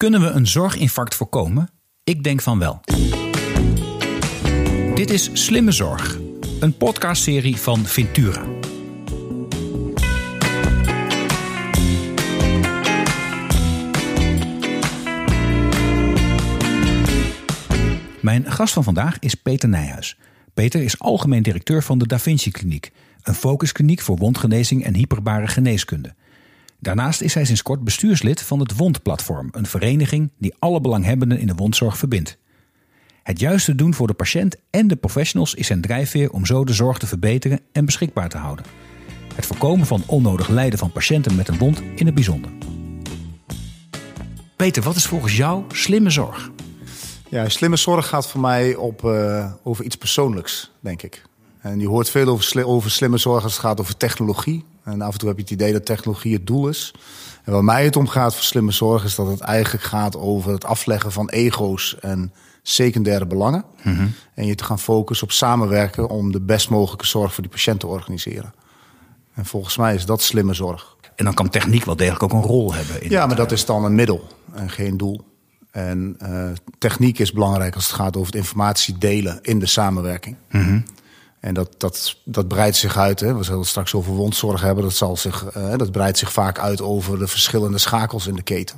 Kunnen we een zorginfarct voorkomen? Ik denk van wel. Dit is Slimme Zorg, een podcastserie van Vintura. Mijn gast van vandaag is Peter Nijhuis. Peter is algemeen directeur van de Da Vinci Kliniek, een focuskliniek voor wondgenezing en hyperbare geneeskunde. Daarnaast is hij sinds kort bestuurslid van het Wondplatform, een vereniging die alle belanghebbenden in de wondzorg verbindt. Het juiste doen voor de patiënt en de professionals is zijn drijfveer om zo de zorg te verbeteren en beschikbaar te houden. Het voorkomen van onnodig lijden van patiënten met een wond in het bijzonder. Peter, wat is volgens jou slimme zorg? Ja, slimme zorg gaat voor mij over iets persoonlijks, denk ik. En je hoort veel over slimme zorg als het gaat over technologie. En af en toe heb je het idee dat technologie het doel is. En waar mij het om gaat voor slimme zorg is dat het eigenlijk gaat over het afleggen van ego's en secundaire belangen. Mm-hmm. En je te gaan focussen op samenwerken om de best mogelijke zorg voor die patiënt te organiseren. En volgens mij is dat slimme zorg. En dan kan techniek wel degelijk ook een rol hebben. Ja, maar dat is dan een middel en geen doel. En techniek is belangrijk als het gaat over het informatie delen in de samenwerking. Mm-hmm. En dat breidt zich uit. Hè. We zullen het straks over wondzorg hebben. Dat breidt zich vaak uit over de verschillende schakels in de keten.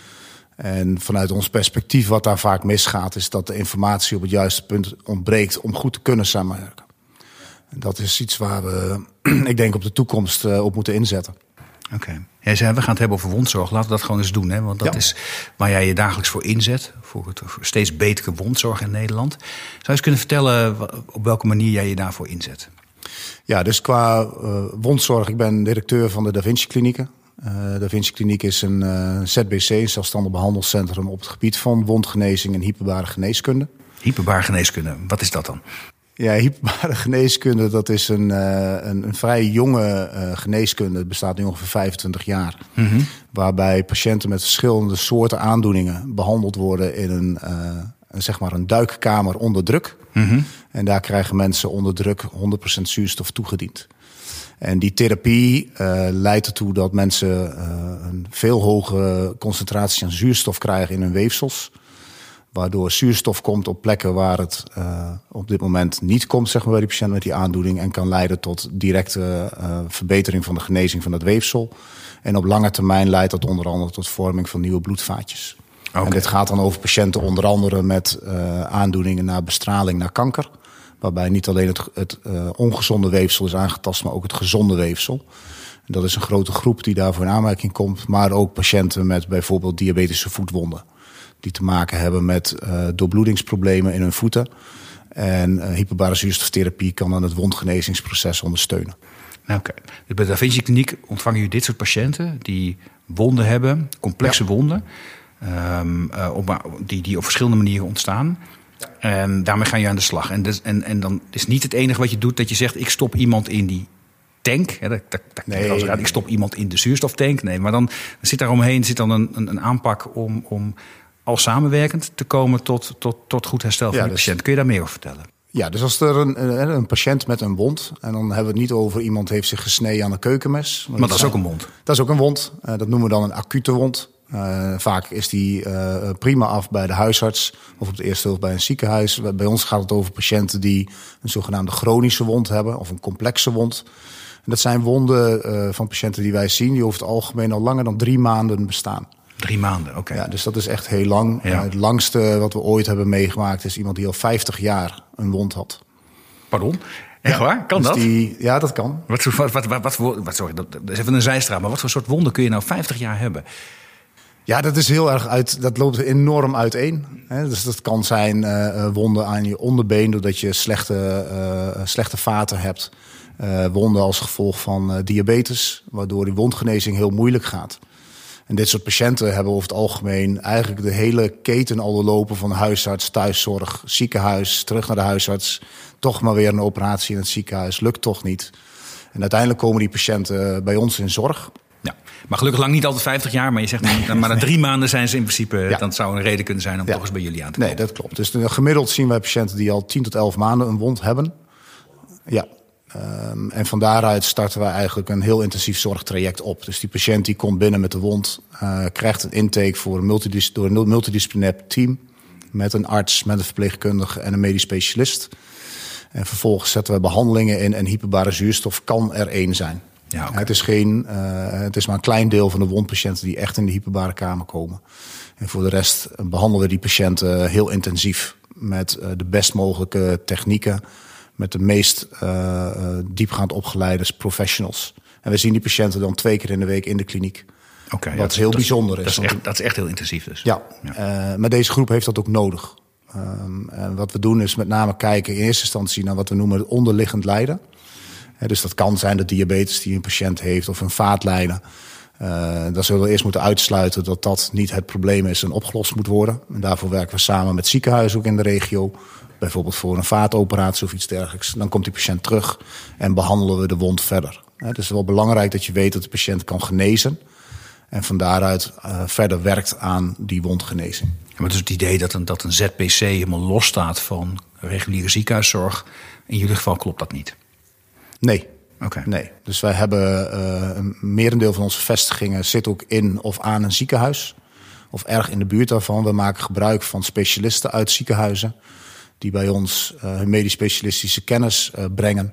En vanuit ons perspectief, wat daar vaak misgaat, is dat de informatie op het juiste punt ontbreekt om goed te kunnen samenwerken. En dat is iets waar we, ik denk, op de toekomst op moeten inzetten. Oké. Jij zei, we gaan het hebben over wondzorg. Laten we dat gewoon eens doen. Hè? Want dat is waar jij je dagelijks voor inzet. Voor steeds betere wondzorg in Nederland. Zou je eens kunnen vertellen op welke manier jij je daarvoor inzet? Ja, dus qua wondzorg. Ik ben directeur van de Da Vinci Klinieken. Da Vinci Kliniek is een ZBC, een zelfstandig behandelcentrum op het gebied van wondgenezing en hyperbare geneeskunde. Hyperbare geneeskunde, wat is dat dan? Ja, hyperbare geneeskunde, dat is een vrij jonge geneeskunde. Het bestaat nu ongeveer 25 jaar. Mm-hmm. Waarbij patiënten met verschillende soorten aandoeningen behandeld worden in een duikkamer onder druk. Mm-hmm. En daar krijgen mensen onder druk 100% zuurstof toegediend. En die therapie leidt ertoe dat mensen een veel hogere concentratie aan zuurstof krijgen in hun weefsels. Waardoor zuurstof komt op plekken waar het op dit moment niet komt, zeg maar, bij die patiënt met die aandoening. En kan leiden tot directe verbetering van de genezing van het weefsel. En op lange termijn leidt dat onder andere tot vorming van nieuwe bloedvaatjes. Okay. En dit gaat dan over patiënten onder andere met aandoeningen na bestraling, na kanker. Waarbij niet alleen het ongezonde weefsel is aangetast, maar ook het gezonde weefsel. En dat is een grote groep die daarvoor in aanmerking komt. Maar ook patiënten met bijvoorbeeld diabetische voetwonden. Die te maken hebben met doorbloedingsproblemen in hun voeten. En hyperbare zuurstoftherapie kan dan het wondgenezingsproces ondersteunen. Oké. Dus bij de Da Vinci Kliniek ontvangen jullie dit soort patiënten die wonden hebben, complexe wonden, die op verschillende manieren ontstaan. En daarmee ga je aan de slag. En dan is niet het enige wat je doet dat je zegt, ik stop iemand in die tank. Ik stop iemand in de zuurstoftank. Nee, maar dan zit daar omheen een aanpak om al samenwerkend te komen tot goed herstel van de patiënt. Kun je daar meer over vertellen? Ja, dus als er een patiënt met een wond, en dan hebben we het niet over iemand heeft zich gesneden aan een keukenmes. Maar dat is ook een wond. Dat is ook een wond. Dat noemen we dan een acute wond. Vaak is die prima af bij de huisarts of op de eerste hulp bij een ziekenhuis. Bij ons gaat het over patiënten die een zogenaamde chronische wond hebben of een complexe wond. En dat zijn wonden van patiënten die wij zien die over het algemeen al langer dan 3 maanden bestaan. 3 maanden, oké. Ja, dus dat is echt heel lang. Ja. Het langste wat we ooit hebben meegemaakt is iemand die al 50 jaar een wond had. Pardon? Echt waar? Kan dus dat? Ja, dat kan. Sorry, dat is even een zijstraat. Maar wat voor soort wonden kun je nou 50 jaar hebben? Ja, dat is heel erg dat loopt enorm uiteen. Dus dat kan zijn wonden aan je onderbeen doordat je slechte vaten hebt. Wonden als gevolg van diabetes, waardoor die wondgenezing heel moeilijk gaat. En dit soort patiënten hebben over het algemeen eigenlijk de hele keten al doorlopen van huisarts, thuiszorg, ziekenhuis, terug naar de huisarts. Toch maar weer een operatie in het ziekenhuis, lukt toch niet. En uiteindelijk komen die patiënten bij ons in zorg. Ja, maar gelukkig lang niet altijd 50 jaar, maar je zegt maar na 3 maanden zijn ze in principe, dan zou een reden kunnen zijn om toch eens bij jullie aan te komen. Nee, dat klopt. Dus gemiddeld zien wij patiënten die al 10 tot 11 maanden een wond hebben. Ja. En van daaruit starten wij eigenlijk een heel intensief zorgtraject op. Dus die patiënt die komt binnen met de wond, krijgt een intake door een multidisciplinair team. Met een arts, met een verpleegkundige en een medisch specialist. En vervolgens zetten we behandelingen in en hyperbare zuurstof kan er één zijn. Ja, okay. Het is maar een klein deel van de wondpatiënten die echt in de hyperbare kamer komen. En voor de rest behandelen we die patiënten heel intensief met de best mogelijke technieken, met de meest diepgaand opgeleide professionals. En we zien die patiënten dan 2 keer in de week in de kliniek. Okay, wat heel bijzonder is. Dat is echt heel intensief dus. Ja. Maar deze groep heeft dat ook nodig. Wat we doen is met name kijken in eerste instantie naar wat we noemen het onderliggend lijden. Dus dat kan zijn de diabetes die een patiënt heeft of een vaatlijden. Dan zullen we eerst moeten uitsluiten dat dat niet het probleem is en opgelost moet worden. En daarvoor werken we samen met ziekenhuizen ook in de regio. Bijvoorbeeld voor een vaatoperatie of iets dergelijks. Dan komt die patiënt terug en behandelen we de wond verder. Het is wel belangrijk dat je weet dat de patiënt kan genezen. En van daaruit verder werkt aan die wondgenezing. Ja, maar dus het idee dat een ZPC helemaal los staat van reguliere ziekenhuiszorg. In jullie geval klopt dat niet? Nee. Okay. Nee. Dus wij hebben een merendeel van onze vestigingen zit ook in of aan een ziekenhuis. Of erg in de buurt daarvan. We maken gebruik van specialisten uit ziekenhuizen. Die bij ons hun medisch specialistische kennis brengen.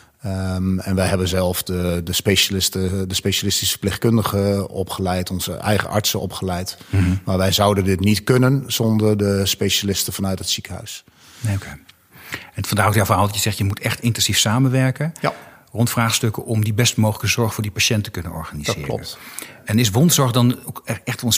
En wij hebben zelf de specialistische verpleegkundigen opgeleid, onze eigen artsen opgeleid. Mm-hmm. Maar wij zouden dit niet kunnen zonder de specialisten vanuit het ziekenhuis. Nee, okay. En vandaar ook jouw verhaal dat je zegt, je moet echt intensief samenwerken. Ja. Rond vraagstukken om die best mogelijke zorg voor die patiënt te kunnen organiseren. Dat klopt. En is wondzorg dan ook echt wel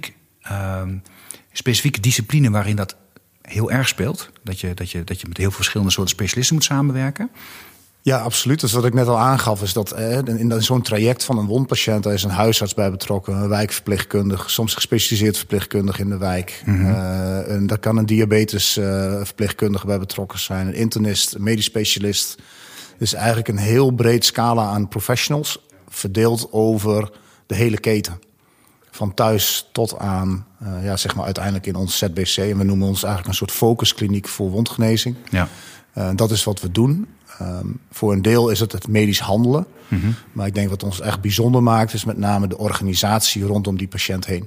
een specifieke discipline waarin dat heel erg speelt? Dat je met heel veel verschillende soorten specialisten moet samenwerken? Ja, absoluut. Dus wat ik net al aangaf is dat in zo'n traject van een wondpatiënt, daar is een huisarts bij betrokken, een wijkverpleegkundige, soms gespecialiseerd verpleegkundige in de wijk. Mm-hmm. En daar kan een diabetesverpleegkundige bij betrokken zijn, een internist, een medisch specialist. Dus eigenlijk een heel breed scala aan professionals, verdeeld over de hele keten. Van thuis tot aan, zeg maar uiteindelijk in ons ZBC. En we noemen ons eigenlijk een soort focuskliniek voor wondgenezing. Ja. Dat is wat we doen. Voor een deel is het medisch handelen. Mm-hmm. Maar ik denk wat ons echt bijzonder maakt, is met name de organisatie rondom die patiënt heen.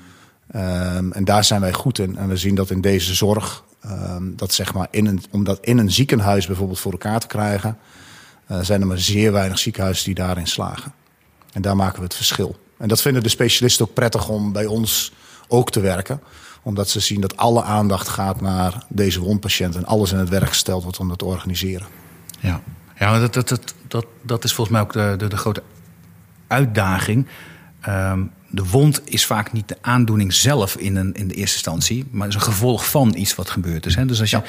En daar zijn wij goed in. En we zien dat in deze zorg, dat zeg maar om dat in een ziekenhuis bijvoorbeeld voor elkaar te krijgen, zijn er maar zeer weinig ziekenhuizen die daarin slagen. En daar maken we het verschil. En dat vinden de specialisten ook prettig om bij ons ook te werken. Omdat ze zien dat alle aandacht gaat naar deze wondpatiënt en alles in het werk gesteld wordt om dat te organiseren. Ja, dat is volgens mij ook de grote uitdaging. De wond is vaak niet de aandoening zelf in de eerste instantie, maar is een gevolg van iets wat gebeurd is. Hè? Dus als je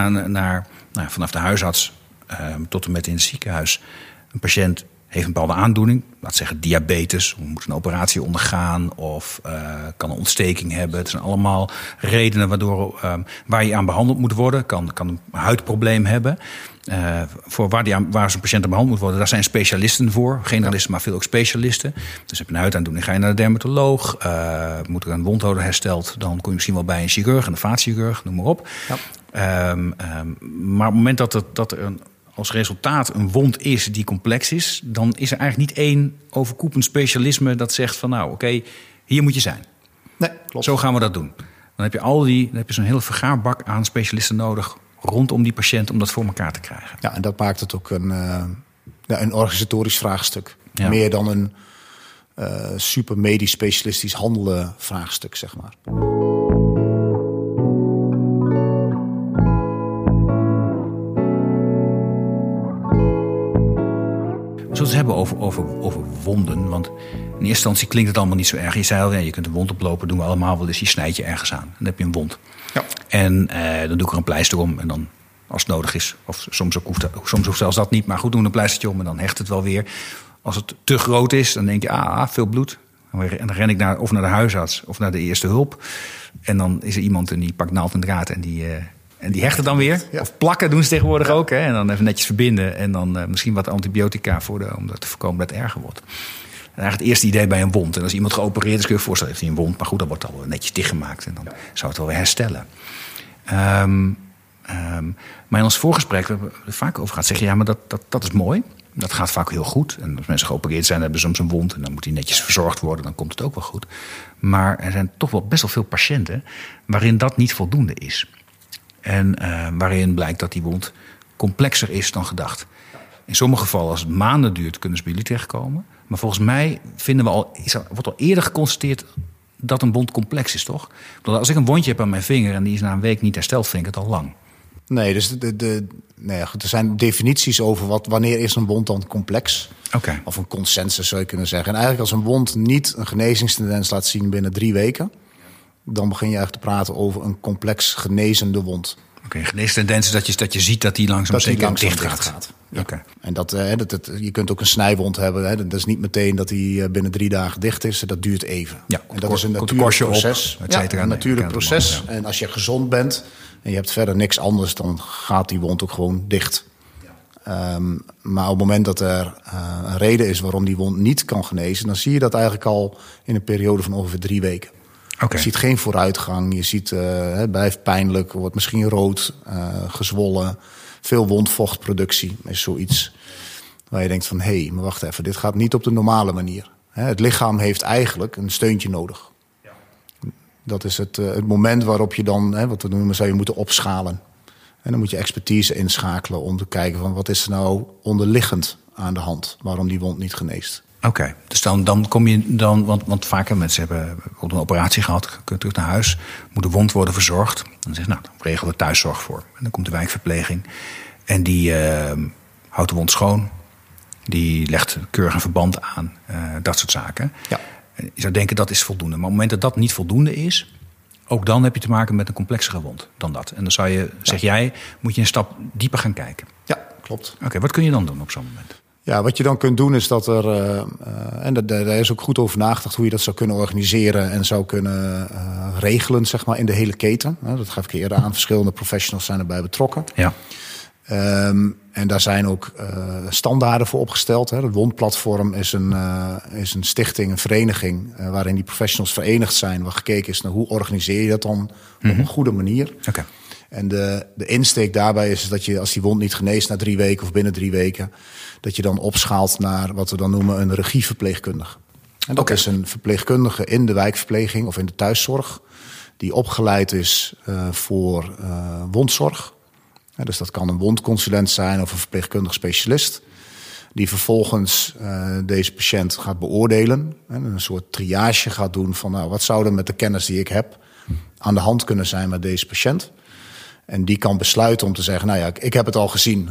vanaf de huisarts tot en met in het ziekenhuis een patiënt heeft een bepaalde aandoening, laat zeggen diabetes, moet een operatie ondergaan of kan een ontsteking hebben. Het zijn allemaal redenen waar je aan behandeld moet worden. Kan een huidprobleem hebben. Voor waar zo'n patiënt aan behandeld moet worden, daar zijn specialisten voor. Generalisten, maar veel ook specialisten. Dus heb je een huidaandoening, ga je naar de dermatoloog. Moet er een wond worden hersteld, dan kom je misschien wel bij een chirurg, een vaatchirurg, noem maar op. Ja. Maar op het moment dat er als resultaat een wond is die complex is, dan is er eigenlijk niet één overkoepelend specialisme dat zegt van oké, hier moet je zijn. Nee, klopt. Zo gaan we dat doen. Dan heb je zo'n hele vergaarbak aan specialisten nodig rondom die patiënt om dat voor elkaar te krijgen. Ja, en dat maakt het ook een organisatorisch vraagstuk. Ja. Meer dan een super medisch specialistisch handelen vraagstuk, zeg maar. We zullen het hebben over wonden. Want in eerste instantie klinkt het allemaal niet zo erg. Je zei al, je kunt een wond oplopen, doen we allemaal wel eens. Je snijdt je ergens aan. Dan heb je een wond. Ja. En dan doe ik er een pleister om. En dan, als het nodig is, of soms hoeft zelfs dat niet. Maar goed, doen we een pleistertje om en dan hecht het wel weer. Als het te groot is, dan denk je, veel bloed. En dan ren ik naar de huisarts of naar de eerste hulp. En dan is er iemand en die pakt naald en draad en die hechten dan weer. Ja. Of plakken doen ze tegenwoordig ook. Hè? En dan even netjes verbinden. En dan misschien wat antibiotica om dat te voorkomen dat het erger wordt. En eigenlijk het eerste idee bij een wond. En als iemand geopereerd is, kun je je voorstellen, heeft hij een wond. Maar goed, dan wordt het al netjes dichtgemaakt. En dan zou het wel weer herstellen. Maar in ons voorgesprek, we hebben er vaak over gehad, zeg je ja, maar dat is mooi. Dat gaat vaak heel goed. En als mensen geopereerd zijn, hebben ze soms een wond en dan moet die netjes verzorgd worden, dan komt het ook wel goed. Maar er zijn toch wel best wel veel patiënten waarin dat niet voldoende is. En waarin blijkt dat die wond complexer is dan gedacht. In sommige gevallen, als het maanden duurt, kunnen ze bij jullie terechtkomen. Maar volgens mij wordt al eerder geconstateerd dat een wond complex is, toch? Als ik een wondje heb aan mijn vinger en die is na een week niet hersteld, vind ik het al lang. Nee, dus er zijn definities over wanneer is een wond dan complex. Okay. Of een consensus zou je kunnen zeggen. En eigenlijk als een wond niet een genezingstendens laat zien binnen 3 weken... dan begin je eigenlijk te praten over een complex genezende wond. Oké, genezingstendens is dat je ziet dat die langzaam dicht gaat. Ja. Okay. En je kunt ook een snijwond hebben. Hè. Dat is niet meteen dat die binnen 3 dagen dicht is. Dat duurt even. Ja, en dat is een natuurlijk proces. Een natuurlijk proces. Ja. En als je gezond bent en je hebt verder niks anders, dan gaat die wond ook gewoon dicht. Ja. Maar op het moment dat er een reden is waarom die wond niet kan genezen, dan zie je dat eigenlijk al in een periode van ongeveer 3 weken. Okay. Je ziet geen vooruitgang. Je ziet, het blijft pijnlijk, wordt misschien rood, gezwollen. Veel wondvochtproductie is zoiets waar je denkt van hé, maar wacht even, dit gaat niet op de normale manier. Het lichaam heeft eigenlijk een steuntje nodig. Ja. Dat is het moment waarop je dan, wat we noemen, zou je moeten opschalen. En dan moet je expertise inschakelen om te kijken van wat is er nou onderliggend aan de hand, waarom die wond niet geneest. Oké, dus dan kom je dan, want vaker mensen hebben bijvoorbeeld een operatie gehad, kunnen terug naar huis, moet de wond worden verzorgd. Dan zeg je, nou, dan regelen we thuiszorg voor. En dan komt de wijkverpleging en die houdt de wond schoon, die legt keurig een verband aan, dat soort zaken. Ja. Je zou denken dat is voldoende, maar op het moment dat niet voldoende is, ook dan heb je te maken met een complexere wond dan dat. En dan zou je, zeg jij, moet je een stap dieper gaan kijken. Ja, klopt. Oké, wat kun je dan doen op zo'n moment? Ja, wat je dan kunt doen is dat en daar is ook goed over nagedacht hoe je dat zou kunnen organiseren en zou kunnen regelen, zeg maar, in de hele keten. Dat gaf ik eerder aan. Verschillende professionals zijn erbij betrokken. Ja. En daar zijn ook standaarden voor opgesteld. Het Wondplatform is een stichting, een vereniging waarin die professionals verenigd zijn, waar gekeken is naar hoe organiseer je dat dan op een goede manier. Okay. En de insteek daarbij is dat je, als die wond niet geneest na 3 weken of binnen 3 weken, dat je dan opschaalt naar wat we dan noemen een regieverpleegkundige. En dat is een verpleegkundige in de wijkverpleging of in de thuiszorg, die opgeleid is voor wondzorg. Dus dat kan een wondconsulent zijn of een verpleegkundig specialist, die vervolgens deze patiënt gaat beoordelen en een soort triage gaat doen van nou, wat zou er met de kennis die ik heb aan de hand kunnen zijn met deze patiënt. En die kan besluiten om te zeggen, nou ja, ik heb het al gezien.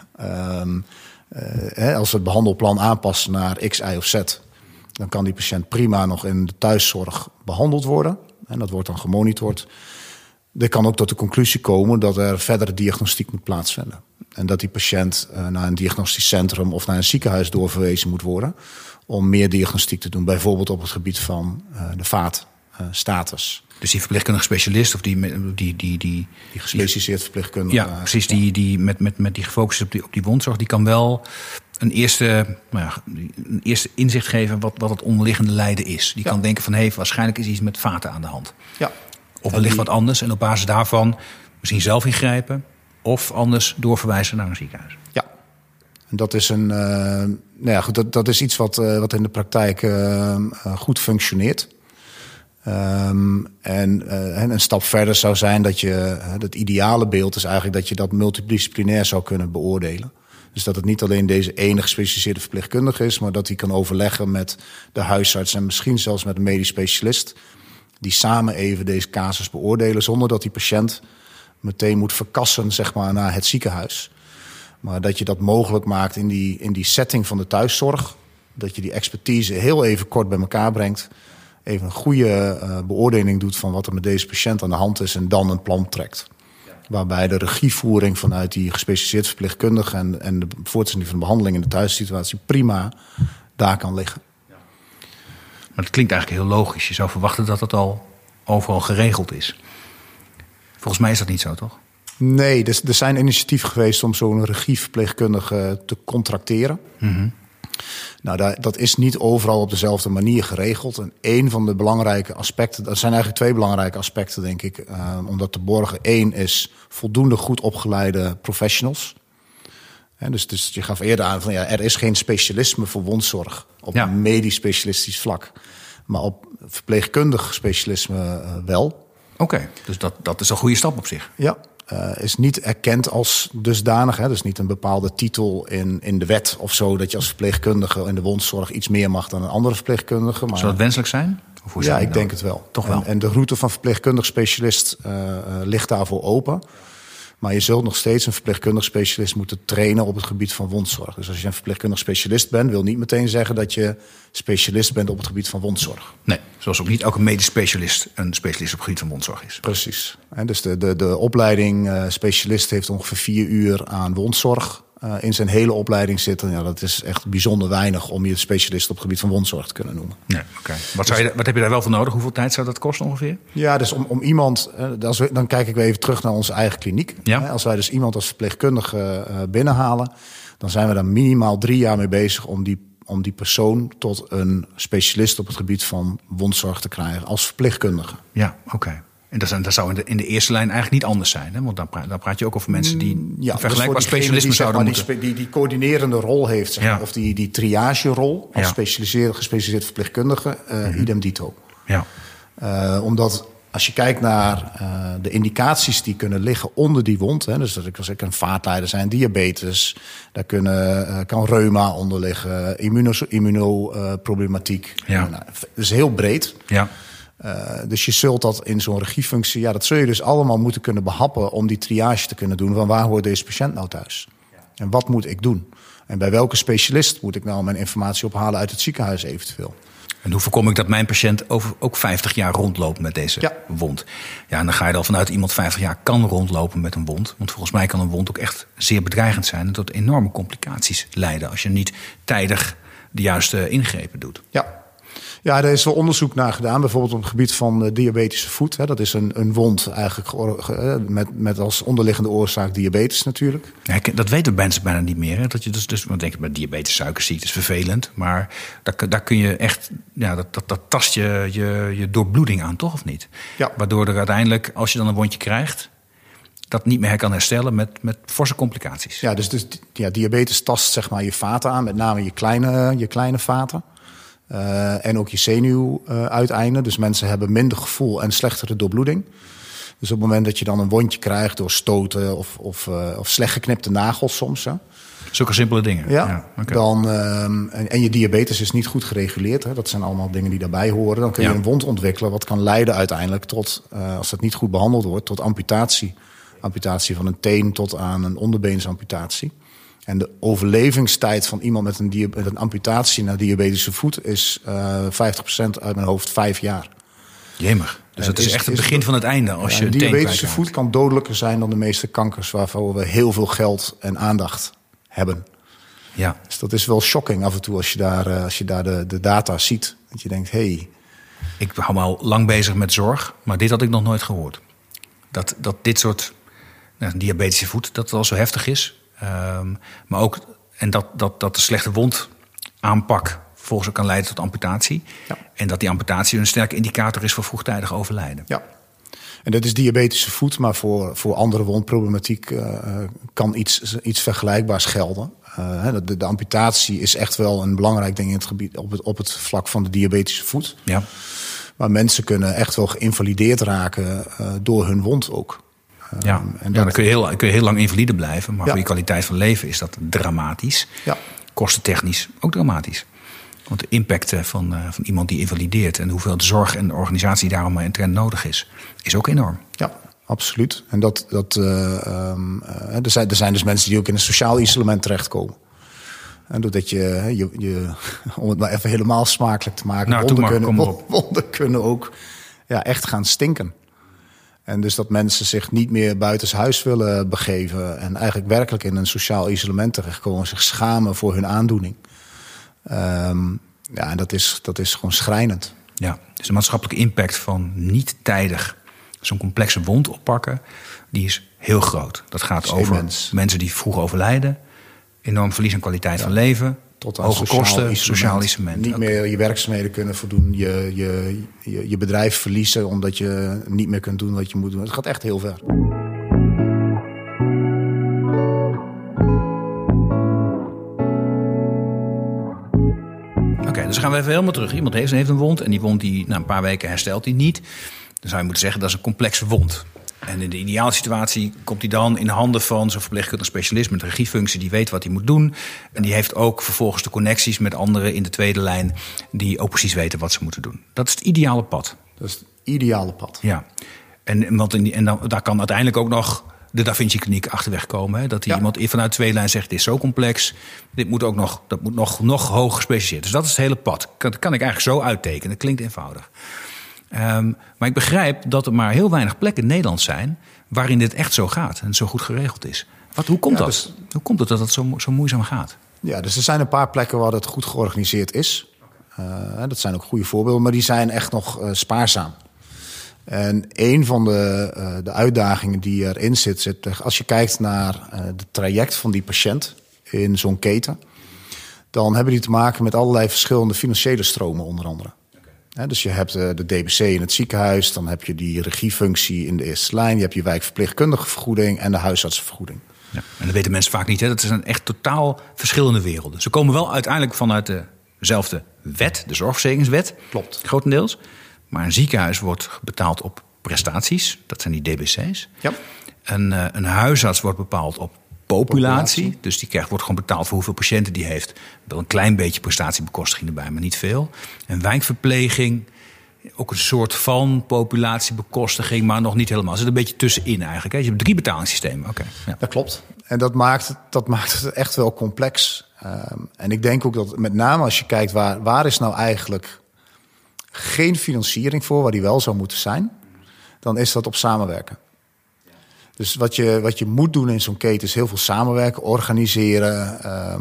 Als we het behandelplan aanpassen naar X, Y of Z, dan kan die patiënt prima nog in de thuiszorg behandeld worden. En dat wordt dan gemonitord. Er kan ook tot de conclusie komen dat er verdere diagnostiek moet plaatsvinden. En dat die patiënt naar een diagnostisch centrum of naar een ziekenhuis doorverwezen moet worden om meer diagnostiek te doen. Bijvoorbeeld op het gebied van de vaatstatus. Dus die verpleegkundige specialist of die gespecialiseerd verpleegkundige. Ja, precies. Die met die gefocust op die wondzorg, die kan wel een eerste inzicht geven wat het onderliggende lijden is. Die kan denken van waarschijnlijk is iets met vaten aan de hand. Ja. Of wellicht wat anders. En op basis daarvan misschien zelf ingrijpen of anders doorverwijzen naar een ziekenhuis. Ja. En dat is dat is iets wat in de praktijk goed functioneert. En een stap verder zou zijn dat het ideale beeld is eigenlijk dat je dat multidisciplinair zou kunnen beoordelen. Dus dat het niet alleen deze ene gespecialiseerde verpleegkundige is, maar dat hij kan overleggen met de huisarts en misschien zelfs met een medisch specialist, die samen even deze casus beoordelen zonder dat die patiënt meteen moet verkassen, zeg maar, naar het ziekenhuis. Maar dat je dat mogelijk maakt in die setting van de thuiszorg. Dat je die expertise heel even kort bij elkaar brengt. Even een goede beoordeling doet van wat er met deze patiënt aan de hand is en dan een plan trekt. Ja. Waarbij de regievoering vanuit die gespecialiseerd verpleegkundige en de voortzetting van de behandeling in de thuissituatie prima daar kan liggen. Ja. Maar het klinkt eigenlijk heel logisch. Je zou verwachten dat het al overal geregeld is. Volgens mij is dat niet zo, toch? Nee, er zijn initiatieven geweest om zo'n regieverpleegkundige te contracteren. Mm-hmm. Nou, dat is niet overal op dezelfde manier geregeld. En één van de belangrijke aspecten, dat zijn eigenlijk 2 belangrijke aspecten, denk ik, om dat te borgen. 1 is voldoende goed opgeleide professionals. En dus je gaf eerder aan van er is geen specialisme voor wondzorg op een medisch specialistisch vlak. Maar op verpleegkundig specialisme wel. Oké, dus dat is een goede stap op zich. Ja. Is niet erkend als dusdanig. Dus niet een bepaalde titel in de wet of zo, dat je als verpleegkundige in de wondzorg iets meer mag dan een andere verpleegkundige. Maar zou dat wenselijk zijn? Ja, ik denk het wel. Toch wel. En de route van verpleegkundig specialist ligt daarvoor open. Maar je zult nog steeds een verpleegkundig specialist moeten trainen op het gebied van wondzorg. Dus als je een verpleegkundig specialist bent, wil niet meteen zeggen dat je specialist bent op het gebied van wondzorg. Nee, zoals ook niet elke medisch specialist een specialist op het gebied van wondzorg is. Precies. En dus de opleiding specialist heeft ongeveer 4 uur aan wondzorg in zijn hele opleiding zitten. Ja, dat is echt bijzonder weinig om je specialist op het gebied van wondzorg te kunnen noemen. Nee, okay. Wat heb je daar wel voor nodig? Hoeveel tijd zou dat kosten ongeveer? Ja, dus om iemand, dan kijk ik weer even terug naar onze eigen kliniek. Ja. Als wij dus iemand als verpleegkundige binnenhalen, dan zijn we daar minimaal 3 jaar mee bezig om die persoon tot een specialist op het gebied van wondzorg te krijgen als verpleegkundige. Ja, oké. En dat zou in de eerste lijn eigenlijk niet anders zijn. Hè? Want dan praat je ook over mensen die een vergelijkbaar specialisme zouden moeten. Die coördinerende rol heeft, zeg maar, of die triagerol als gespecialiseerd verpleegkundige, idem dito. Ja. Omdat als je kijkt naar de indicaties die kunnen liggen onder die wond, dus dat kan vaatleider zijn, diabetes, daar kan reuma onder liggen, immunoproblematiek. Dat is heel breed. Ja. Dus je zult dat in zo'n regiefunctie, dat zul je dus allemaal moeten kunnen behappen om die triage te kunnen doen. Van waar hoort deze patiënt nou thuis? En wat moet ik doen? En bij welke specialist moet ik nou mijn informatie ophalen uit het ziekenhuis eventueel? En hoe voorkom ik dat mijn patiënt ook 50 jaar rondloopt met deze wond? Ja, en dan ga je er al vanuit iemand 50 jaar kan rondlopen met een wond. Want volgens mij kan een wond ook echt zeer bedreigend zijn en tot enorme complicaties leiden als je niet tijdig de juiste ingrepen doet. Ja, er is wel onderzoek naar gedaan, bijvoorbeeld op het gebied van diabetische voet. Dat is een wond eigenlijk met als onderliggende oorzaak diabetes natuurlijk. Ja, dat weten mensen bijna niet meer. Hè? Dat je dus want denk ik, bij diabetes, suikerziekte is vervelend. Maar daar kun je echt, dat tast je doorbloeding aan, toch of niet? Ja. Waardoor er uiteindelijk, als je dan een wondje krijgt, dat niet meer kan herstellen met forse complicaties. Ja, dus diabetes tast zeg maar je vaten aan, met name je kleine vaten. En ook je zenuwuiteinden. Dus mensen hebben minder gevoel en slechtere doorbloeding. Dus op het moment dat je dan een wondje krijgt door stoten of slecht geknipte nagels soms. Hè. Zulke simpele dingen. Ja, okay. Dan, en je diabetes is niet goed gereguleerd. Hè. Dat zijn allemaal dingen die daarbij horen. Dan kun je een wond ontwikkelen wat kan leiden uiteindelijk tot, als dat niet goed behandeld wordt, tot amputatie. Amputatie van een teen tot aan een onderbeensamputatie. En de overlevingstijd van iemand met een amputatie naar diabetische voet is 50% uit mijn hoofd 5 jaar. Jemig. Dus dat is echt het begin van het einde als je een diabetische voet kan dodelijker zijn dan de meeste kankers waarvoor we heel veel geld en aandacht hebben. Ja. Dus dat is wel shocking af en toe als je daar de data ziet. Dat je denkt, Ik hou me al lang bezig met zorg, maar dit had ik nog nooit gehoord. Dat dit soort diabetische voet, dat het al zo heftig is. Maar ook dat de slechte wondaanpak volgens ook kan leiden tot amputatie. Ja. En dat die amputatie een sterke indicator is voor vroegtijdig overlijden. Ja. En dat is diabetische voet, maar voor andere wondproblematiek kan iets vergelijkbaars gelden. De amputatie is echt wel een belangrijk ding in het gebied op het vlak van de diabetische voet. Ja. Maar mensen kunnen echt wel geïnvalideerd raken door hun wond ook. Dan kun je heel lang invalide blijven. Maar voor je kwaliteit van leven is dat dramatisch. Ja. Kostentechnisch ook dramatisch. Want de impact van iemand die invalideert en hoeveel zorg en organisatie daarom in trend nodig is ook enorm. Ja, absoluut. En er zijn dus mensen die ook in een sociaal isolement terechtkomen. En doordat je om het maar even helemaal smakelijk te maken, wonden kunnen ook echt gaan stinken. En dus dat mensen zich niet meer buitenshuis willen begeven en eigenlijk werkelijk in een sociaal isolement terechtkomen, zich schamen voor hun aandoening. En dat is gewoon schrijnend. Ja, dus de maatschappelijke impact van niet tijdig zo'n complexe wond oppakken, die is heel groot. Dat gaat over mensen die vroeg overlijden, enorm verlies aan kwaliteit van leven, Tot aan hoge kosten, sociaal isolement. Niet meer je werkzaamheden kunnen voldoen. Je bedrijf verliezen omdat je niet meer kunt doen wat je moet doen. Het gaat echt heel ver. Oké, dus gaan we even helemaal terug. Iemand heeft een wond en die wond die na een paar weken herstelt die niet. Dan zou je moeten zeggen dat is een complexe wond. En in de ideale situatie komt hij dan in de handen van zo'n verpleegkundig specialist met een regiefunctie die weet wat hij moet doen. En die heeft ook vervolgens de connecties met anderen in de tweede lijn die ook precies weten wat ze moeten doen. Dat is het ideale pad. Dat is het ideale pad. Ja, daar kan uiteindelijk ook nog de Da Vinci kliniek achterweg komen. Hè? Dat iemand vanuit de tweede lijn zegt, dit is zo complex. Dat moet nog hoog gespecialiseerd. Dus dat is het hele pad. Dat kan ik eigenlijk zo uittekenen. Dat klinkt eenvoudig. Maar ik begrijp dat er maar heel weinig plekken in Nederland zijn waarin dit echt zo gaat en zo goed geregeld is. Hoe komt dat? Dus, hoe komt het dat het zo moeizaam gaat? Ja, dus er zijn een paar plekken waar het goed georganiseerd is. Dat zijn ook goede voorbeelden, maar die zijn echt nog spaarzaam. En een van de uitdagingen die erin zit, als je kijkt naar het traject van die patiënt in zo'n keten, dan hebben die te maken met allerlei verschillende financiële stromen onder andere. Dus je hebt de DBC in het ziekenhuis, dan heb je die regiefunctie in de eerste lijn, je hebt je wijkverpleegkundige vergoeding en de huisartsenvergoeding. Ja, en dat weten mensen vaak niet. Hè? Dat zijn echt totaal verschillende werelden. Ze komen wel uiteindelijk vanuit dezelfde wet, de zorgverzekeringswet. Klopt. Grotendeels. Maar een ziekenhuis wordt betaald op prestaties, dat zijn die DBC's. Ja. Een huisarts wordt bepaald op populatie. Dus die wordt gewoon betaald voor hoeveel patiënten die heeft. Wel een klein beetje prestatiebekostiging erbij, maar niet veel. En wijkverpleging, ook een soort van populatiebekostiging, maar nog niet helemaal. Er zit een beetje tussenin eigenlijk. Hè? Je hebt 3 betalingssystemen. Okay, ja. Dat klopt. En dat maakt het echt wel complex. En ik denk ook dat met name als je kijkt waar is nou eigenlijk geen financiering voor, waar die wel zou moeten zijn, dan is dat op samenwerken. Dus wat je moet doen in zo'n keten is heel veel samenwerken, organiseren.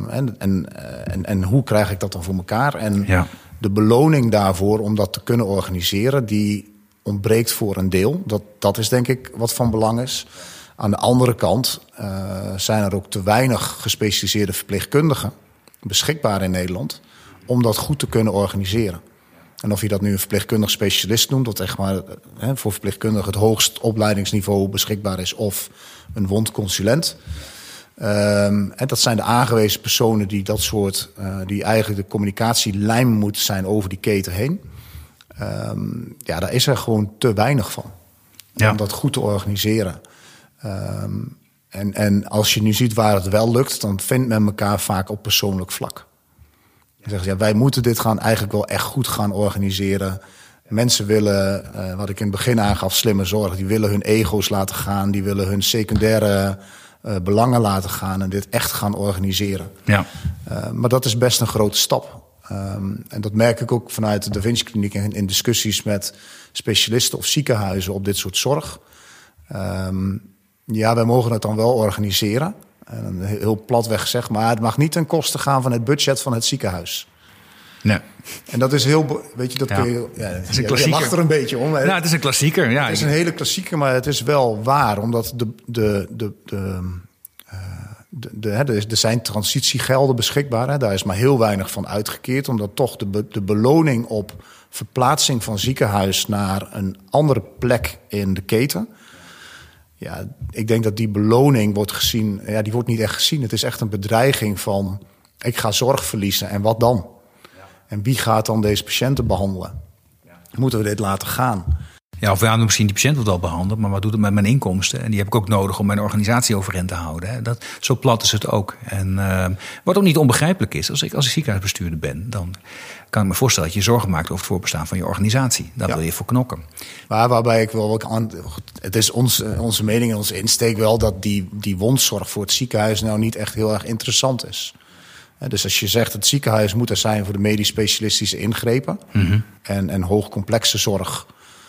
En hoe krijg ik dat dan voor elkaar? En de beloning daarvoor om dat te kunnen organiseren, die ontbreekt voor een deel. Dat is denk ik wat van belang is. Aan de andere kant zijn er ook te weinig gespecialiseerde verpleegkundigen beschikbaar in Nederland om dat goed te kunnen organiseren. En of je dat nu een verpleegkundig specialist noemt, dat echt maar voor verpleegkundigen het hoogst opleidingsniveau beschikbaar is, of een wondconsulent. En dat zijn de aangewezen personen die dat soort, die eigenlijk de communicatielijm moeten zijn over die keten heen. Daar is er gewoon te weinig van. Om dat goed te organiseren. En als je nu ziet waar het wel lukt, dan vindt men elkaar vaak op persoonlijk vlak. Dan zeggen ze, wij moeten dit eigenlijk wel echt goed gaan organiseren. Mensen willen, wat ik in het begin aangaf, slimme zorg. Die willen hun ego's laten gaan. Die willen hun secundaire belangen laten gaan. En dit echt gaan organiseren. Ja. Maar dat is best een grote stap. En dat merk ik ook vanuit de Da Vinci kliniek in discussies met specialisten of ziekenhuizen op dit soort zorg. Wij mogen het dan wel organiseren. En heel platweg gezegd, maar het mag niet ten koste gaan van het budget van het ziekenhuis. Nee. En dat is heel, weet je, dat kun je. Het is een klassieker. Je lacht er een beetje om. Hè? Ja, het is een klassieker. Ja, het is een hele klassieker, maar het is wel waar, omdat er zijn transitiegelden beschikbaar. Hè? Daar is maar heel weinig van uitgekeerd, omdat toch de beloning op verplaatsing van ziekenhuis naar een andere plek in de keten. Ja, ik denk dat die beloning wordt gezien. Ja, die wordt niet echt gezien. Het is echt een bedreiging van, ik ga zorg verliezen en wat dan? Ja. En wie gaat dan deze patiënten behandelen? Ja. Moeten we dit laten gaan? Ja, of misschien die patiënt wordt wel behandeld, maar wat doet het met mijn inkomsten? En die heb ik ook nodig om mijn organisatie overeind te houden. Hè? Zo plat is het ook. En wat ook niet onbegrijpelijk is, als ik ziekenhuisbestuurder ben, dan kan ik me voorstellen dat je zorgen maakt over het voorbestaan van je organisatie. Daar wil je voor knokken. Maar waarbij ik wel aan, het is onze mening en onze insteek wel dat die wondzorg voor het ziekenhuis nou niet echt heel erg interessant is. Dus als je zegt het ziekenhuis moet er zijn voor de medisch specialistische ingrepen en hoogcomplexe zorg.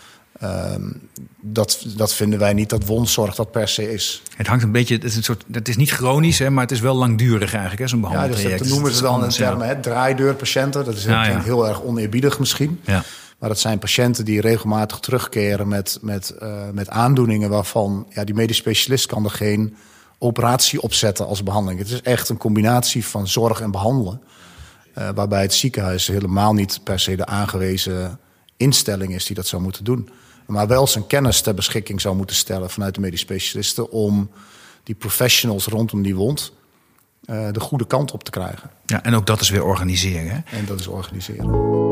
Dat vinden wij niet dat wondzorg dat per se is. Het hangt een beetje, het is niet chronisch, hè, maar het is wel langdurig eigenlijk, hè, zo'n behandeltraject. Ja, dus dat noemen ze dan in termen draaideurpatiënten. Dat is heel erg oneerbiedig misschien. Ja. Maar dat zijn patiënten die regelmatig terugkeren met aandoeningen waarvan die medisch specialist kan er geen operatie opzetten als behandeling. Het is echt een combinatie van zorg en behandelen. Waarbij het ziekenhuis helemaal niet per se de aangewezen instelling is die dat zou moeten doen. Maar wel zijn kennis ter beschikking zou moeten stellen vanuit de medisch specialisten om die professionals rondom die wond de goede kant op te krijgen. Ja, en ook dat is weer organiseren. Hè? En dat is organiseren.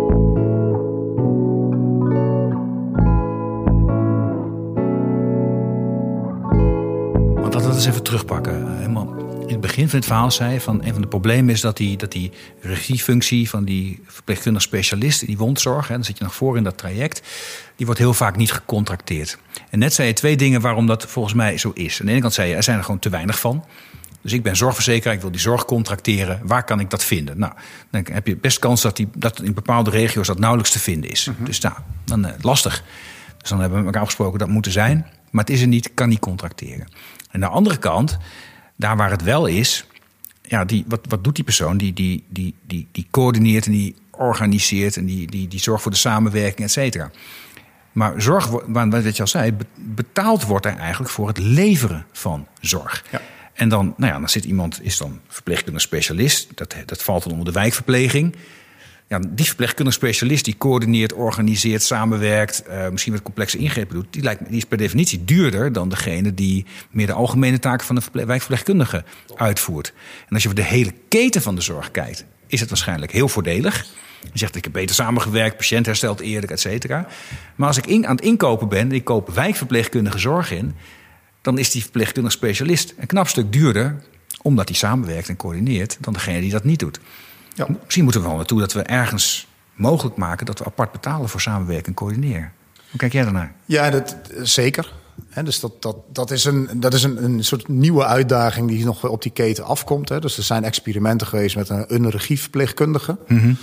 Want laten we dat eens even terugpakken. Helemaal in het begin van het verhaal zei van een van de problemen is dat die regiefunctie van die verpleegkundig specialist in die wondzorg, hè, dan zit je nog voor in dat traject, die wordt heel vaak niet gecontracteerd. En net zei je 2 dingen waarom dat volgens mij zo is. Aan de ene kant zei je, er zijn er gewoon te weinig van. Dus ik ben zorgverzekeraar, ik wil die zorg contracteren. Waar kan ik dat vinden? Nou, dan heb je best kans dat in bepaalde regio's dat nauwelijks te vinden is. Mm-hmm. Dus nou, dan lastig. Dus dan hebben we elkaar afgesproken dat moet er zijn. Maar het is er niet, kan niet contracteren. En aan de andere kant, daar waar het wel is, ja, wat doet die persoon? Die coördineert en die organiseert en die zorgt voor de samenwerking, et cetera. Maar zorg, wat je al zei, betaald wordt er eigenlijk voor het leveren van zorg. Ja. En dan zit iemand, is dan verpleegkundig specialist. Dat valt dan onder de wijkverpleging. Ja, die verpleegkundig specialist die coördineert, organiseert, samenwerkt, misschien wat complexe ingrepen doet, die is per definitie duurder dan degene die meer de algemene taken van de wijkverpleegkundige uitvoert. En als je voor de hele keten van de zorg kijkt, is het waarschijnlijk heel voordelig. Je zegt, ik heb beter samengewerkt, patiënt herstelt eerlijk, et cetera. Maar als ik aan het inkopen ben en ik koop wijkverpleegkundige zorg in, dan is die verpleegkundig specialist een knap stuk duurder, omdat hij samenwerkt en coördineert, dan degene die dat niet doet. Ja. Misschien moeten we wel naartoe dat we ergens mogelijk maken dat we apart betalen voor samenwerken en coördineren. Hoe kijk jij daarnaar? Ja, dat zeker. Dus dat is een soort nieuwe uitdaging die nog op die keten afkomt. Dus er zijn experimenten geweest met een regieverpleegkundige. Mm-hmm.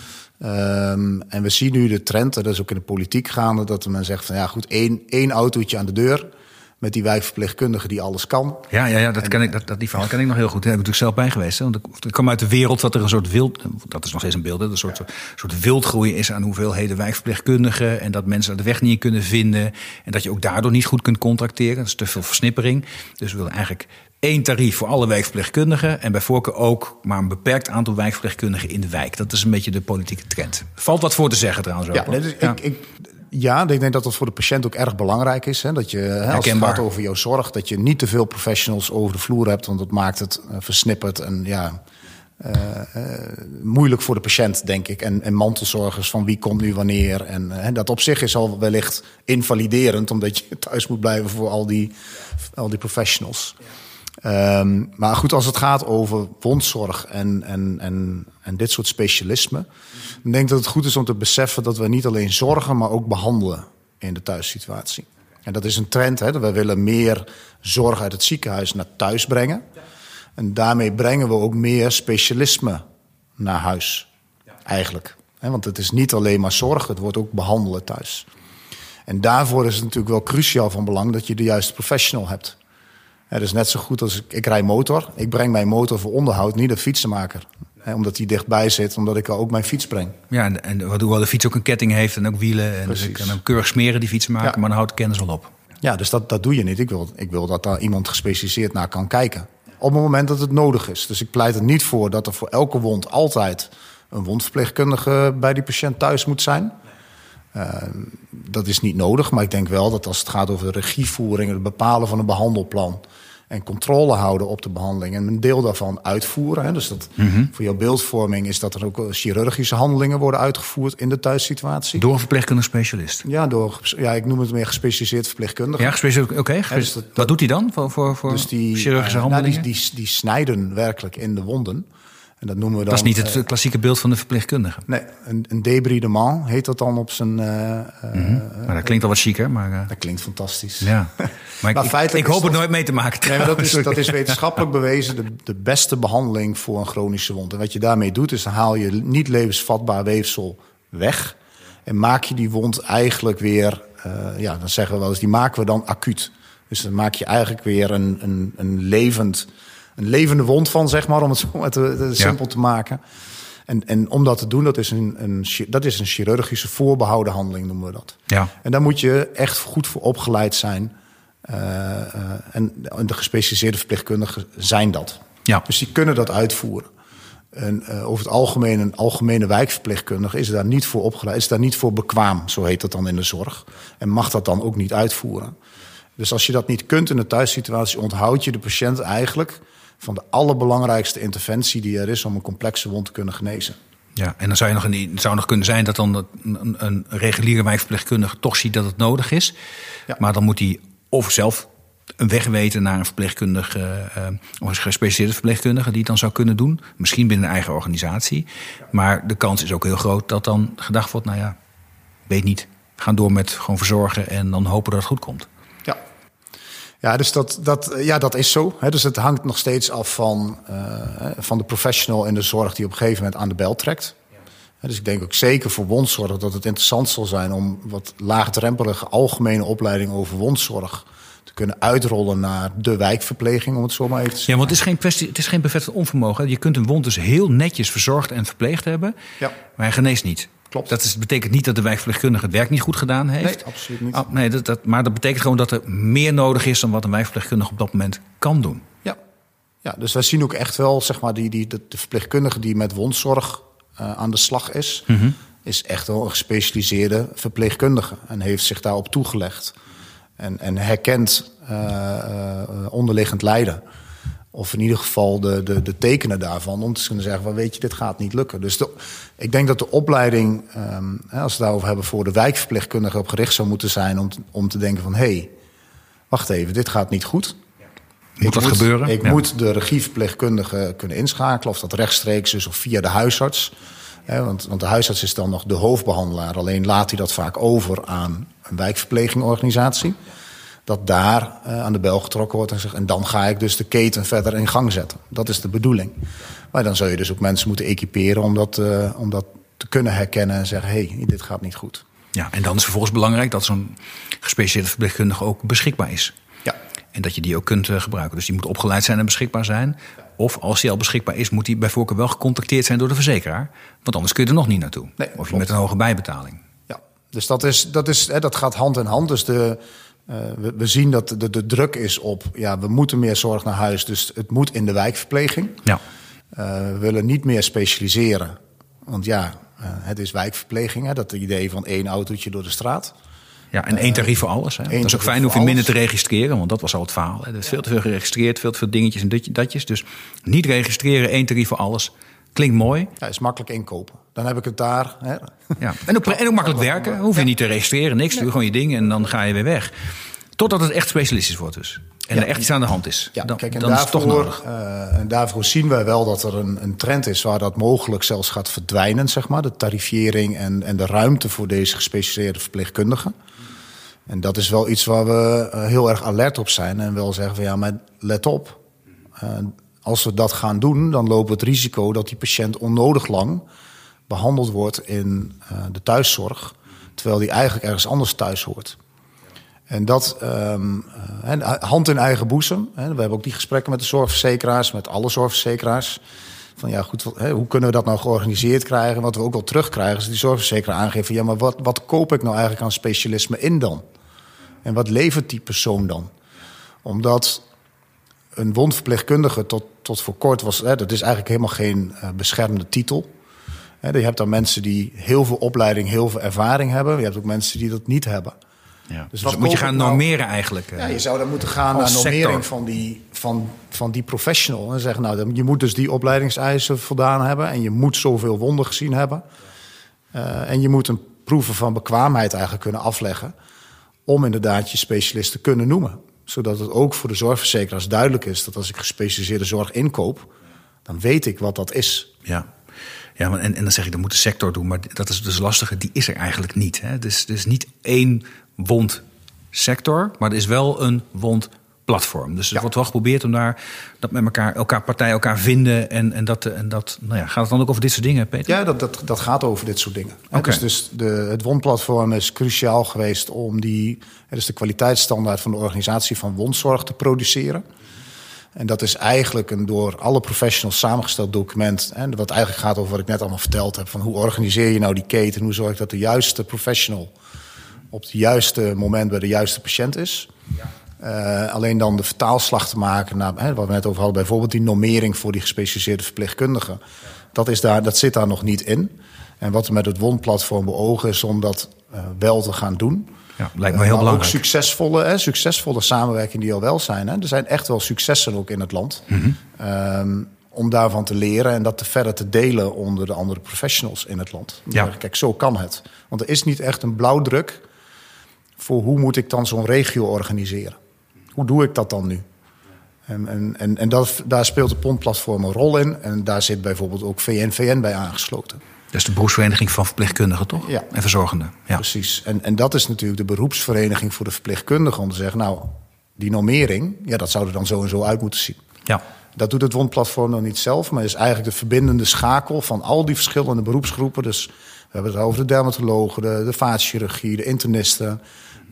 En we zien nu de trend, dat is ook in de politiek gaande, dat men zegt van ja goed, één autootje aan de deur met die wijkverpleegkundige die alles kan. Ja, die verhaal ken ik nog heel goed. Daar heb ik natuurlijk zelf bij geweest. Hè? Want ik kwam uit de wereld dat er een soort dat is nog steeds een beeld, een soort wildgroei is aan hoeveelheden wijkverpleegkundigen en dat mensen de weg niet kunnen vinden en dat je ook daardoor niet goed kunt contracteren. Dat is te veel versnippering. Dus we willen eigenlijk 1 tarief voor alle wijkverpleegkundigen en bij voorkeur ook maar een beperkt aantal wijkverpleegkundigen in de wijk. Dat is een beetje de politieke trend. Valt wat voor te zeggen trouwens ook. Ja, ik denk dat dat voor de patiënt ook erg belangrijk is. Hè? Dat je, als het gaat over jouw zorg, dat je niet te veel professionals over de vloer hebt. Want dat maakt het versnipperd en moeilijk voor de patiënt, denk ik. En mantelzorgers van wie komt nu wanneer. En dat op zich is al wellicht invaliderend, omdat je thuis moet blijven voor al die professionals. Maar goed, als het gaat over wondzorg en dit soort specialismen, dan denk ik dat het goed is om te beseffen dat we niet alleen zorgen, maar ook behandelen in de thuissituatie. En dat is een trend. Hè? We willen meer zorg uit het ziekenhuis naar thuis brengen. En daarmee brengen we ook meer specialisme naar huis, eigenlijk. Want het is niet alleen maar zorg, het wordt ook behandelen thuis. En daarvoor is het natuurlijk wel cruciaal van belang dat je de juiste professional hebt. Het is net zo goed als ik rij motor. Ik breng mijn motor voor onderhoud, niet de fietsenmaker. Omdat die dichtbij zit, omdat ik ook mijn fiets breng. Ja, en waardoor de fiets ook een ketting heeft en ook wielen. En dus ik kan hem keurig smeren, die fietsenmaker, maar dan houdt de kennis wel op. Ja, dus dat doe je niet. Ik wil dat daar iemand gespecialiseerd naar kan kijken. Op het moment dat het nodig is. Dus ik pleit er niet voor dat er voor elke wond altijd een wondverpleegkundige bij die patiënt thuis moet zijn. Dat is niet nodig, maar ik denk wel dat als het gaat over de regievoering, het bepalen van een behandelplan en controle houden op de behandeling en een deel daarvan uitvoeren. Hè, dus dat voor jouw beeldvorming is dat er ook chirurgische handelingen worden uitgevoerd in de thuissituatie. Door een verpleegkundig specialist? Ja, ik noem het meer gespecialiseerd verpleegkundige. Ja, gespecialiseerd. Oké. Dus wat doet hij dan voor dus chirurgische handelingen? Die snijden werkelijk in de wonden. En dat noemen we dan, dat is niet het klassieke beeld van de verpleegkundige. Nee, een débridement heet dat dan op zijn... Maar dat klinkt al wat chiquer. Maar, dat klinkt fantastisch. Ja. Maar ik hoop het nooit mee te maken. Nee, maar dat is wetenschappelijk bewezen de beste behandeling voor een chronische wond. En wat je daarmee doet, is dan haal je niet levensvatbaar weefsel weg. En maak je die wond eigenlijk weer... dan zeggen we wel eens, die maken we dan acuut. Dus dan maak je eigenlijk weer een levende wond van, zeg maar, om het zo simpel te maken. En om dat te doen, dat is een chirurgische voorbehouden handeling, noemen we dat. Ja. En daar moet je echt goed voor opgeleid zijn. En de gespecialiseerde verpleegkundigen zijn dat. Ja. Dus die kunnen dat uitvoeren. over het algemeen een algemene wijkverpleegkundige is daar niet voor opgeleid, is daar niet voor bekwaam, zo heet dat dan in de zorg. En mag dat dan ook niet uitvoeren. Dus als je dat niet kunt in de thuissituatie, onthoud je de patiënt eigenlijk van de allerbelangrijkste interventie die er is om een complexe wond te kunnen genezen. Ja, en dan zou nog kunnen zijn dat dan een reguliere wijkverpleegkundige toch ziet dat het nodig is. Ja. Maar dan moet hij of zelf een weg weten naar een verpleegkundige, of een gespecialiseerde verpleegkundige die het dan zou kunnen doen. Misschien binnen een eigen organisatie. Maar de kans is ook heel groot dat dan gedacht wordt, weet niet. We gaan door met gewoon verzorgen en dan hopen dat het goed komt. Ja, dus dat is zo. Dus het hangt nog steeds af van de professional in de zorg die op een gegeven moment aan de bel trekt. Dus ik denk ook zeker voor wondzorg dat het interessant zal zijn om wat laagdrempelige algemene opleiding over wondzorg te kunnen uitrollen naar de wijkverpleging, om het zo maar even te zeggen. Ja, want het is geen bevestigd onvermogen. Je kunt een wond dus heel netjes verzorgd en verpleegd hebben, maar hij geneest niet. Klopt. Dat betekent niet dat de wijkverpleegkundige het werk niet goed gedaan heeft. Nee, absoluut niet. Maar dat betekent gewoon dat er meer nodig is dan wat een wijkverpleegkundige op dat moment kan doen. Ja, dus wij zien ook echt wel, zeg maar, de verpleegkundige die met wondzorg aan de slag is, is echt wel een gespecialiseerde verpleegkundige en heeft zich daarop toegelegd. En herkent onderliggend lijden. Of in ieder geval de tekenen daarvan. Om te kunnen zeggen, van, weet je, dit gaat niet lukken. Dus ik denk dat de opleiding, als we het daarover hebben, voor de wijkverpleegkundige op gericht zou moeten zijn. Om te denken van, hé, wacht even, dit gaat niet goed. Moet dat gebeuren? Ik moet de regieverpleegkundige kunnen inschakelen. Of dat rechtstreeks is of via de huisarts. Want de huisarts is dan nog de hoofdbehandelaar. Alleen laat hij dat vaak over aan een wijkverplegingorganisatie. Dat daar aan de bel getrokken wordt en zegt, en dan ga ik dus de keten verder in gang zetten. Dat is de bedoeling. Maar dan zou je dus ook mensen moeten equiperen om dat te kunnen herkennen en zeggen, hé, dit gaat niet goed. Ja, en dan is vervolgens belangrijk dat zo'n gespecialiseerde verpleegkundige ook beschikbaar is. Ja. En dat je die ook kunt gebruiken. Dus die moet opgeleid zijn en beschikbaar zijn. Of als die al beschikbaar is, moet die bij voorkeur wel gecontacteerd zijn door de verzekeraar. Want anders kun je er nog niet naartoe. Nee, of je met een hoge bijbetaling. Ja, dus dat gaat hand in hand. Dus we zien dat de druk is op, we moeten meer zorg naar huis. Dus het moet in de wijkverpleging. Ja. We willen niet meer specialiseren. Want het is wijkverpleging. Dat idee van 1 autootje door de straat. Ja, en 1 tarief voor alles. Hè. Dat is ook fijn, hoef je minder te registreren. Want dat was al het verhaal. Hè. Er is veel te veel geregistreerd, veel te veel dingetjes en datjes. Dus niet registreren, 1 tarief voor alles. Klinkt mooi. Ja, is makkelijk inkopen. Dan heb ik het daar. Hè. Ja. En ook makkelijk werken. Hoef je niet te registreren, niks. Doe gewoon je ding en dan ga je weer weg. Totdat het echt specialistisch wordt dus. En er echt iets aan de hand is. Ja, dan is het toch nodig. En daarvoor zien wij wel dat er een trend is waar dat mogelijk zelfs gaat verdwijnen, zeg maar. De tarifering en de ruimte voor deze gespecialiseerde verpleegkundigen. En dat is wel iets waar we heel erg alert op zijn. En wel zeggen van maar let op. Als we dat gaan doen, dan lopen we het risico dat die patiënt onnodig lang behandeld wordt in de thuiszorg. Terwijl die eigenlijk ergens anders thuis hoort. En dat hand in eigen boezem. We hebben ook die gesprekken met de zorgverzekeraars, met alle zorgverzekeraars. Van hoe kunnen we dat nou georganiseerd krijgen? Wat we ook wel terugkrijgen is dat die zorgverzekeraar aangeeft van maar wat koop ik nou eigenlijk aan specialisme in dan? En wat levert die persoon dan? Omdat een wondverpleegkundige tot voor kort was, dat is eigenlijk helemaal geen beschermde titel. Je hebt dan mensen die heel veel opleiding, heel veel ervaring hebben. Je hebt ook mensen die dat niet hebben. Ja. Dus wat moet je gaan normeren eigenlijk? Ja, je zou dan moeten gaan naar normering van die professional. En zeggen, je moet dus die opleidingseisen voldaan hebben. En je moet zoveel wonden gezien hebben. En je moet een proeven van bekwaamheid eigenlijk kunnen afleggen. Om inderdaad je specialist te kunnen noemen. Zodat het ook voor de zorgverzekeraars duidelijk is dat als ik gespecialiseerde zorg inkoop, dan weet ik wat dat is. Ja. Ja, en dan zeg je, dat moet de sector doen. Maar dat is dus lastige, die is er eigenlijk niet. Hè? Dus er is niet 1 wondsector, maar er is wel een wondplatform. Dus er wordt wel geprobeerd om daar dat met partijen elkaar vinden. En dat gaat het dan ook over dit soort dingen, Peter? Ja, dat gaat over dit soort dingen. Okay. Dus het wondplatform is cruciaal geweest om de kwaliteitsstandaard van de organisatie van wondzorg te produceren. En dat is eigenlijk een door alle professionals samengesteld document. Hè, wat eigenlijk gaat over wat ik net allemaal verteld heb. Van hoe organiseer je nou die keten? Hoe zorg je dat de juiste professional op het juiste moment bij de juiste patiënt is? Alleen dan de vertaalslag te maken naar wat we net over hadden. Bijvoorbeeld die normering voor die gespecialiseerde verpleegkundigen. Dat zit daar nog niet in. En wat we met het WON-platform beogen is om dat wel te gaan doen. Ja, lijkt me heel belangrijk. Ook succesvolle samenwerking die al wel zijn. Hè. Er zijn echt wel successen ook in het land. Om daarvan te leren en dat verder te delen onder de andere professionals in het land. Ja. Kijk, zo kan het. Want er is niet echt een blauwdruk voor hoe moet ik dan zo'n regio organiseren. Hoe doe ik dat dan nu? En daar speelt het PON-platform een rol in. En daar zit bijvoorbeeld ook VN bij aangesloten. Dat is de beroepsvereniging van verpleegkundigen, toch? Ja. En verzorgenden. Ja. Precies. En dat is natuurlijk de beroepsvereniging voor de verpleegkundigen om te zeggen, nou, die normering, dat zou er dan zo en zo uit moeten zien. Ja. Dat doet het WON-platform dan niet zelf, maar is eigenlijk de verbindende schakel van al die verschillende beroepsgroepen. Dus we hebben het over de dermatologen, de vaatchirurgie, de internisten,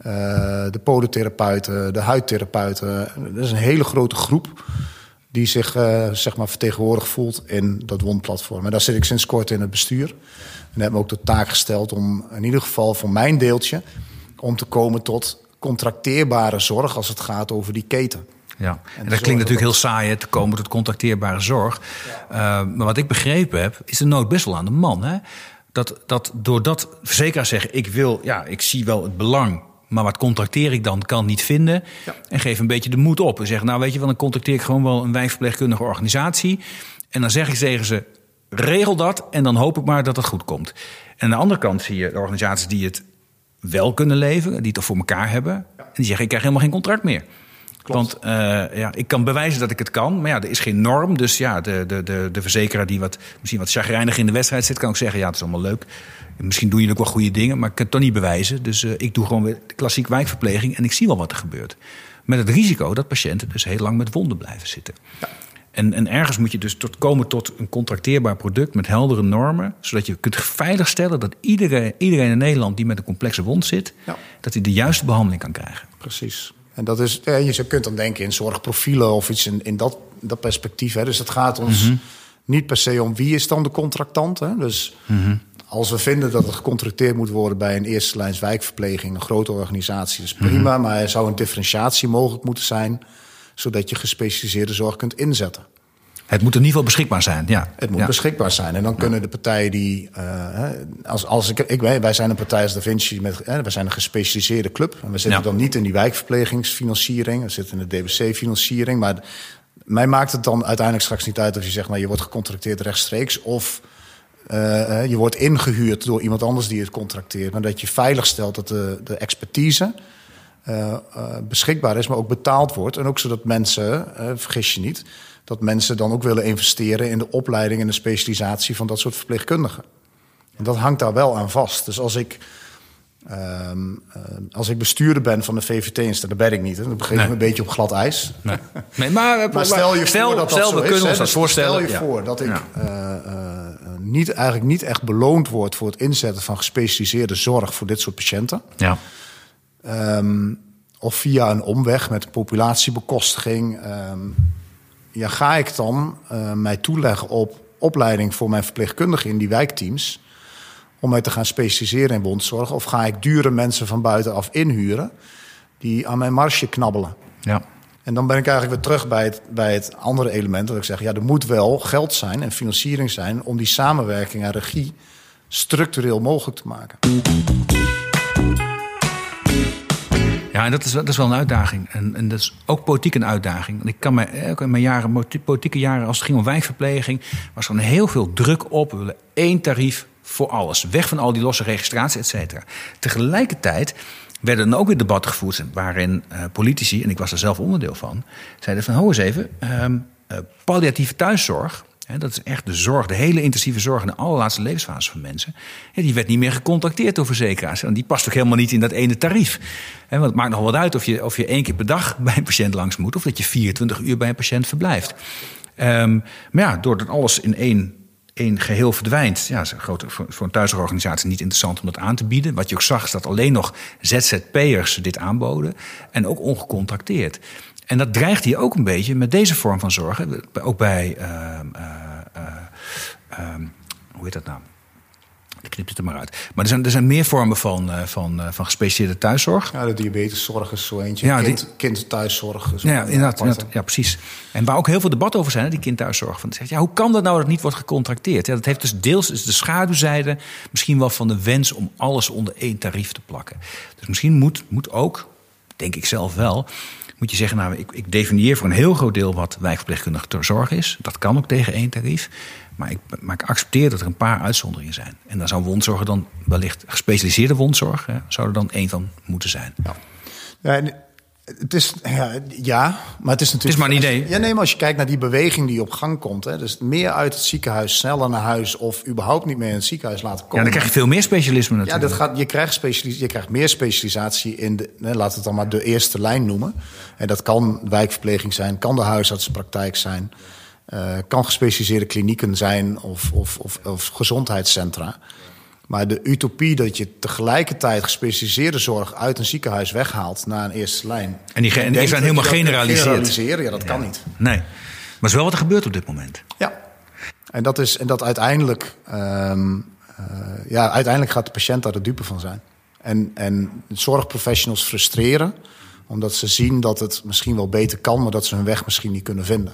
de podotherapeuten, de huidtherapeuten. Dat is een hele grote groep die zich vertegenwoordigd voelt in dat WON-platform. En daar zit ik sinds kort in het bestuur. En heb me ook de taak gesteld om in ieder geval voor mijn deeltje om te komen tot contracteerbare zorg als het gaat over die keten. Ja, en dat klinkt natuurlijk heel saai, te komen tot contracteerbare zorg. Ja. Maar wat ik begrepen heb, is de nood best wel aan de man. Hè? Dat doordat verzekeraars zeggen, ik zie wel het belang, maar wat contracteer ik dan, kan niet vinden. Ja. En geef een beetje de moed op. En zeg, nou weet je wel, dan contracteer ik gewoon wel een wijkverpleegkundige organisatie. En dan zeg ik tegen ze, regel dat en dan hoop ik maar dat het goed komt. En aan de andere kant zie je de organisaties die het wel kunnen leveren, die het er voor elkaar hebben. Ja. En die zeggen, ik krijg helemaal geen contract meer. Klopt. Want ik kan bewijzen dat ik het kan. Maar er is geen norm. Dus de verzekeraar die misschien wat chagrijnig in de wedstrijd zit, kan ook zeggen, het is allemaal leuk. Misschien doen jullie ook wel goede dingen, maar ik kan het toch niet bewijzen. Dus ik doe gewoon weer de klassieke wijkverpleging en ik zie wel wat er gebeurt. Met het risico dat patiënten dus heel lang met wonden blijven zitten. Ja. En ergens moet je dus komen tot een contracteerbaar product met heldere normen, zodat je kunt veiligstellen dat iedereen in Nederland die met een complexe wond zit, dat hij de juiste behandeling kan krijgen. Precies. En dat is, je kunt dan denken in zorgprofielen of iets in dat perspectief. Hè. Dus het gaat ons niet per se om wie is dan de contractant. Hè. Dus als we vinden dat er gecontracteerd moet worden bij een eerste lijns wijkverpleging, een grote organisatie, is prima. Maar er zou een differentiatie mogelijk moeten zijn, zodat je gespecialiseerde zorg kunt inzetten. Het moet in ieder geval beschikbaar zijn, ja. Het moet beschikbaar zijn. En dan kunnen de partijen die... wij zijn een partij als Da Vinci, wij zijn een gespecialiseerde club. En we zitten dan niet in die wijkverplegingsfinanciering. We zitten in de DBC-financiering. Maar mij maakt het dan uiteindelijk straks niet uit of je zegt, je wordt gecontracteerd rechtstreeks, of je wordt ingehuurd door iemand anders die het contracteert. Maar dat je veilig stelt dat de expertise beschikbaar is, maar ook betaald wordt. En ook zodat mensen, vergis je niet, dat mensen dan ook willen investeren in de opleiding en de specialisatie van dat soort verpleegkundigen. En dat hangt daar wel aan vast. Dus als ik bestuurder ben van de VVT, dat ben ik niet. Hè, dan begin ik een beetje op glad ijs. Nee, maar stel je voor dat dat zo is. Kunnen ons dat voorstellen. Stel je voor dat ik eigenlijk niet echt beloond word voor het inzetten van gespecialiseerde zorg voor dit soort patiënten. Ja. Of via een omweg met populatiebekostiging. Ga ik dan mij toeleggen op opleiding voor mijn verpleegkundigen in die wijkteams om mij te gaan specialiseren in wondzorg? Of ga ik dure mensen van buitenaf inhuren die aan mijn marge knabbelen? Ja. En dan ben ik eigenlijk weer terug bij het andere element. Dat ik zeg, er moet wel geld zijn en financiering zijn om die samenwerking en regie structureel mogelijk te maken. Ja, en dat is wel een uitdaging. En dat is ook politiek een uitdaging. Want ik kan mij ook in mijn politieke jaren, als het ging om wijkverpleging, was er heel veel druk op. We willen één tarief voor alles. Weg van al die losse registratie, et cetera. Tegelijkertijd werden er ook weer debatten gevoerd waarin politici, en ik was er zelf onderdeel van, zeiden van, ho eens even, palliatieve thuiszorg, dat is echt de zorg, de hele intensieve zorg in de allerlaatste levensfase van mensen. Die werd niet meer gecontracteerd door verzekeraars. En die past ook helemaal niet in dat ene tarief. Want het maakt nog wat uit of je 1 keer per dag bij een patiënt langs moet, of dat je 24 uur bij een patiënt verblijft. Maar doordat alles in één geheel verdwijnt, is voor een thuiszorgorganisatie niet interessant om dat aan te bieden. Wat je ook zag, is dat alleen nog ZZP'ers dit aanboden en ook ongecontracteerd. En dat dreigt hier ook een beetje met deze vorm van zorg. Ook bij, hoe heet dat nou? Ik knip het er maar uit. Maar er zijn meer vormen van gespecialiseerde thuiszorg. Ja, de diabeteszorg is zo eentje. Ja, kindthuiszorg. Ja, inderdaad. Ja, precies. En waar ook heel veel debat over zijn, hè, die kindthuiszorg. Van, hoe kan dat nou dat het niet wordt gecontracteerd? Ja, dat heeft dus deels is de schaduwzijde misschien wel van de wens om alles onder één tarief te plakken. Dus misschien moet ook, denk ik zelf wel, moet je zeggen, nou, ik definieer voor een heel groot deel wat wijkverpleegkundige zorg is. Dat kan ook tegen één tarief. Maar ik accepteer dat er een paar uitzonderingen zijn. En dan zou wondzorg dan wellicht gespecialiseerde wondzorg, zou er dan één van moeten zijn. Ja, het is, maar het is natuurlijk. Het is maar een idee. Ja, nee, maar als je kijkt naar die beweging die op gang komt, hè, dus meer uit het ziekenhuis, sneller naar huis of überhaupt niet meer in het ziekenhuis laten komen. Ja, dan krijg je veel meer specialisme natuurlijk. Ja, je krijgt meer specialisatie in de, laten we het dan maar de eerste lijn noemen. En dat kan wijkverpleging zijn, kan de huisartsenpraktijk zijn. Kan gespecialiseerde klinieken zijn of gezondheidscentra. Maar de utopie dat je tegelijkertijd gespecialiseerde zorg uit een ziekenhuis weghaalt naar een eerste lijn. En die zijn helemaal generaliseerd. Ja, dat kan niet. Nee, maar het is wel wat er gebeurt op dit moment. Ja, en dat uiteindelijk, uiteindelijk gaat de patiënt daar de dupe van zijn. En zorgprofessionals frustreren, omdat ze zien dat het misschien wel beter kan, maar dat ze hun weg misschien niet kunnen vinden.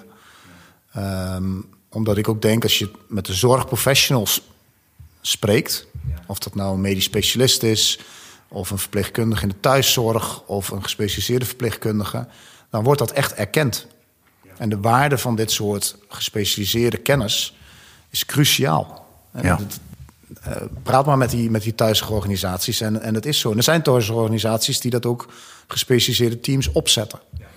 Omdat ik ook denk, als je met de zorgprofessionals spreekt, of dat nou een medisch specialist is, of een verpleegkundige in de thuiszorg, of een gespecialiseerde verpleegkundige, dan wordt dat echt erkend. En de waarde van dit soort gespecialiseerde kennis is cruciaal. Ja. Praat maar met die thuiszorgorganisaties en het is zo. En er zijn thuiszorgorganisaties die dat ook gespecialiseerde teams opzetten.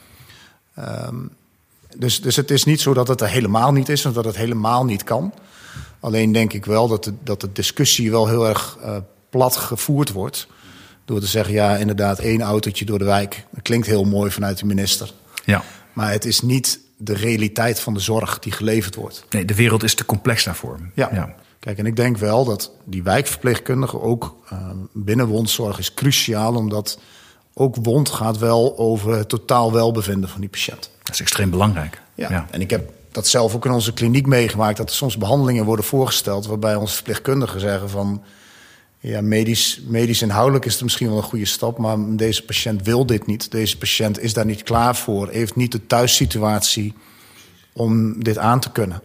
Dus het is niet zo dat het er helemaal niet is, of dat het helemaal niet kan. Alleen denk ik wel dat de discussie wel heel erg plat gevoerd wordt. Door te zeggen, ja, inderdaad, 1 autootje door de wijk. Dat klinkt heel mooi vanuit de minister. Ja. Maar het is niet de realiteit van de zorg die geleverd wordt. Nee, de wereld is te complex daarvoor. Ja. Kijk, en ik denk wel dat die wijkverpleegkundige ook binnen wondzorg is cruciaal. Omdat ook wond gaat wel over het totaal welbevinden van die patiënt. Dat is extreem belangrijk. Ja. En ik heb dat zelf ook in onze kliniek meegemaakt, dat er soms behandelingen worden voorgesteld waarbij onze verpleegkundigen zeggen van, ja, medisch inhoudelijk is het misschien wel een goede stap, maar deze patiënt wil dit niet. Deze patiënt is daar niet klaar voor, heeft niet de thuissituatie om dit aan te kunnen.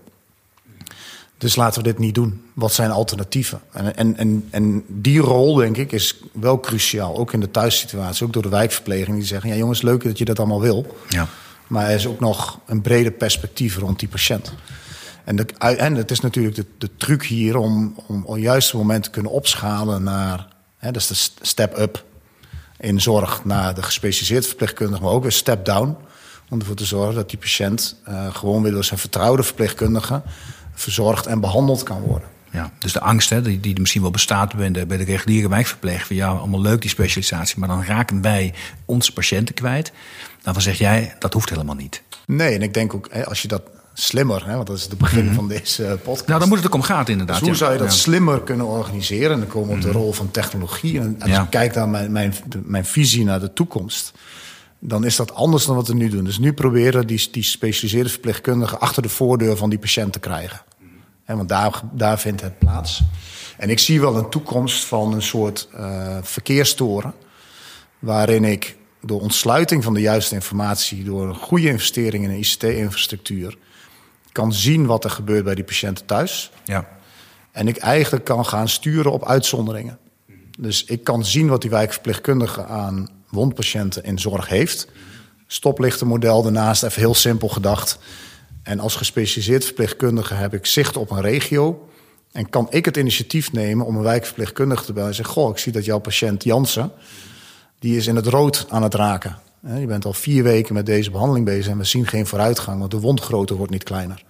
Dus laten we dit niet doen. Wat zijn alternatieven? En die rol, denk ik, is wel cruciaal. Ook in de thuissituatie, ook door de wijkverpleging. Die zeggen, ja jongens, leuk dat je dat allemaal wil. Ja. Maar er is ook nog een breder perspectief rond die patiënt. En het is natuurlijk de truc hier om op het juiste moment te kunnen opschalen naar, dat is de step-up in zorg naar de gespecialiseerde verpleegkundige, maar ook een step-down. Om ervoor te zorgen dat die patiënt gewoon weer door zijn vertrouwde verpleegkundige verzorgd en behandeld kan worden. Ja, dus de angst die misschien wel bestaat bij de reguliere wijkverpleeg. Van ja, allemaal leuk die specialisatie, maar dan raken wij onze patiënten kwijt. Daarvan zeg jij, dat hoeft helemaal niet. Nee, en ik denk ook, als je dat slimmer, want dat is het begin van deze podcast. Nou, dan moet het ook om gaan inderdaad. Dus hoe zou je dat slimmer kunnen organiseren? En dan komen we op de rol van technologie. En als je kijkt naar mijn visie naar de toekomst, dan is dat anders dan wat we nu doen. Dus nu proberen die gespecialiseerde verpleegkundigen achter de voordeur van die patiënt te krijgen. Want daar vindt het plaats. En ik zie wel een toekomst van een soort verkeerstoren, waarin ik door ontsluiting van de juiste informatie, door een goede investering in een ICT-infrastructuur, kan zien wat er gebeurt bij die patiënten thuis. Ja. En ik eigenlijk kan gaan sturen op uitzonderingen. Dus ik kan zien wat die wijkverpleegkundige aan wondpatiënten in zorg heeft. Stoplichtenmodel daarnaast, even heel simpel gedacht. En als gespecialiseerd verpleegkundige heb ik zicht op een regio. En kan ik het initiatief nemen om een wijkverpleegkundige te bellen en zeggen, goh, ik zie dat jouw patiënt Jansen, die is in het rood aan het raken. Je bent al 4 weken met deze behandeling bezig en we zien geen vooruitgang, want de wondgrootte wordt niet kleiner.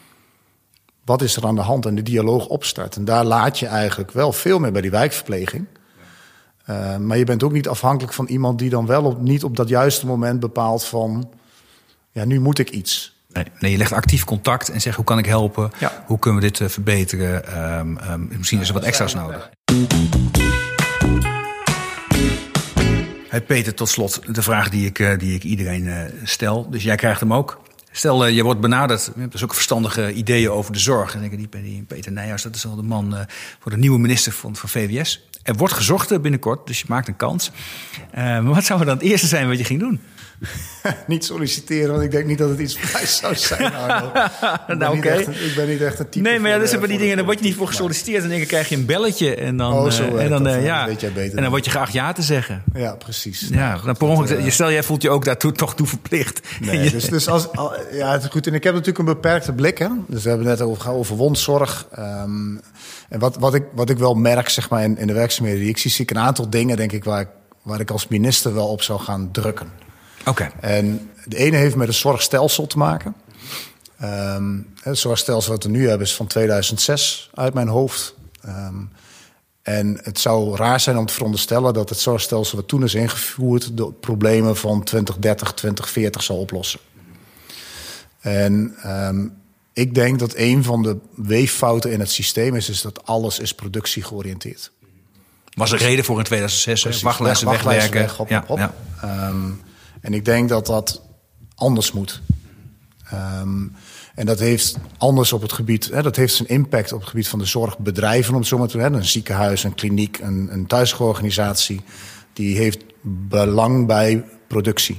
Wat is er aan de hand? En de dialoog opstart. En daar laat je eigenlijk wel veel meer bij die wijkverpleging. Maar je bent ook niet afhankelijk van iemand die dan wel niet op dat juiste moment bepaalt van, ja, nu moet ik iets. Nee, je legt actief contact en zegt, hoe kan ik helpen? Ja. Hoe kunnen we dit verbeteren? Misschien is er wat extra's nodig. Hey Peter, tot slot de vraag die ik iedereen stel. Dus jij krijgt hem ook. Stel, je wordt benaderd. Je hebt dus ook verstandige ideeën over de zorg. En denk ik, die Peter Nijhuis, dat is al de man voor de nieuwe minister van VWS. Er wordt gezocht binnenkort, dus je maakt een kans. Maar wat zou er dan het eerste zijn wat je ging doen? Niet solliciteren, want ik denk niet dat het iets voor mij zou zijn. Ik ben niet echt een type. Nee, maar dat zijn die dingen, dan word je niet voor gesolliciteerd. En dan krijg je een belletje en dan, weet jij beter en dan word je geacht ja te zeggen. Ja, precies. Ja, dan per ongeluk, stel, jij voelt je ook daartoe toch toe verplicht. Nee, dus het is goed. En ik heb natuurlijk een beperkte blik. Hè? Dus we hebben het net over wondzorg. En wat ik wel merk, zeg maar, in de werkzaamheden die ik zie ik een aantal dingen, denk ik, waar ik als minister wel op zou gaan drukken. Okay. En de ene heeft met het zorgstelsel te maken. Het zorgstelsel wat we nu hebben is van 2006 uit mijn hoofd. En het zou raar zijn om te veronderstellen dat het zorgstelsel wat toen is ingevoerd de problemen van 2030, 2040 zal oplossen. En ik denk dat een van de weeffouten in het systeem is dat alles is productie georiënteerd. Was er reden voor in 2006, wachtlijsten wegwerken. Ja. En ik denk dat dat anders moet. En dat heeft anders op het gebied, dat heeft zijn impact op het gebied van de zorgbedrijven, om het zo maar te zeggen. Een ziekenhuis, een kliniek, een thuiszorgorganisatie, die heeft belang bij productie.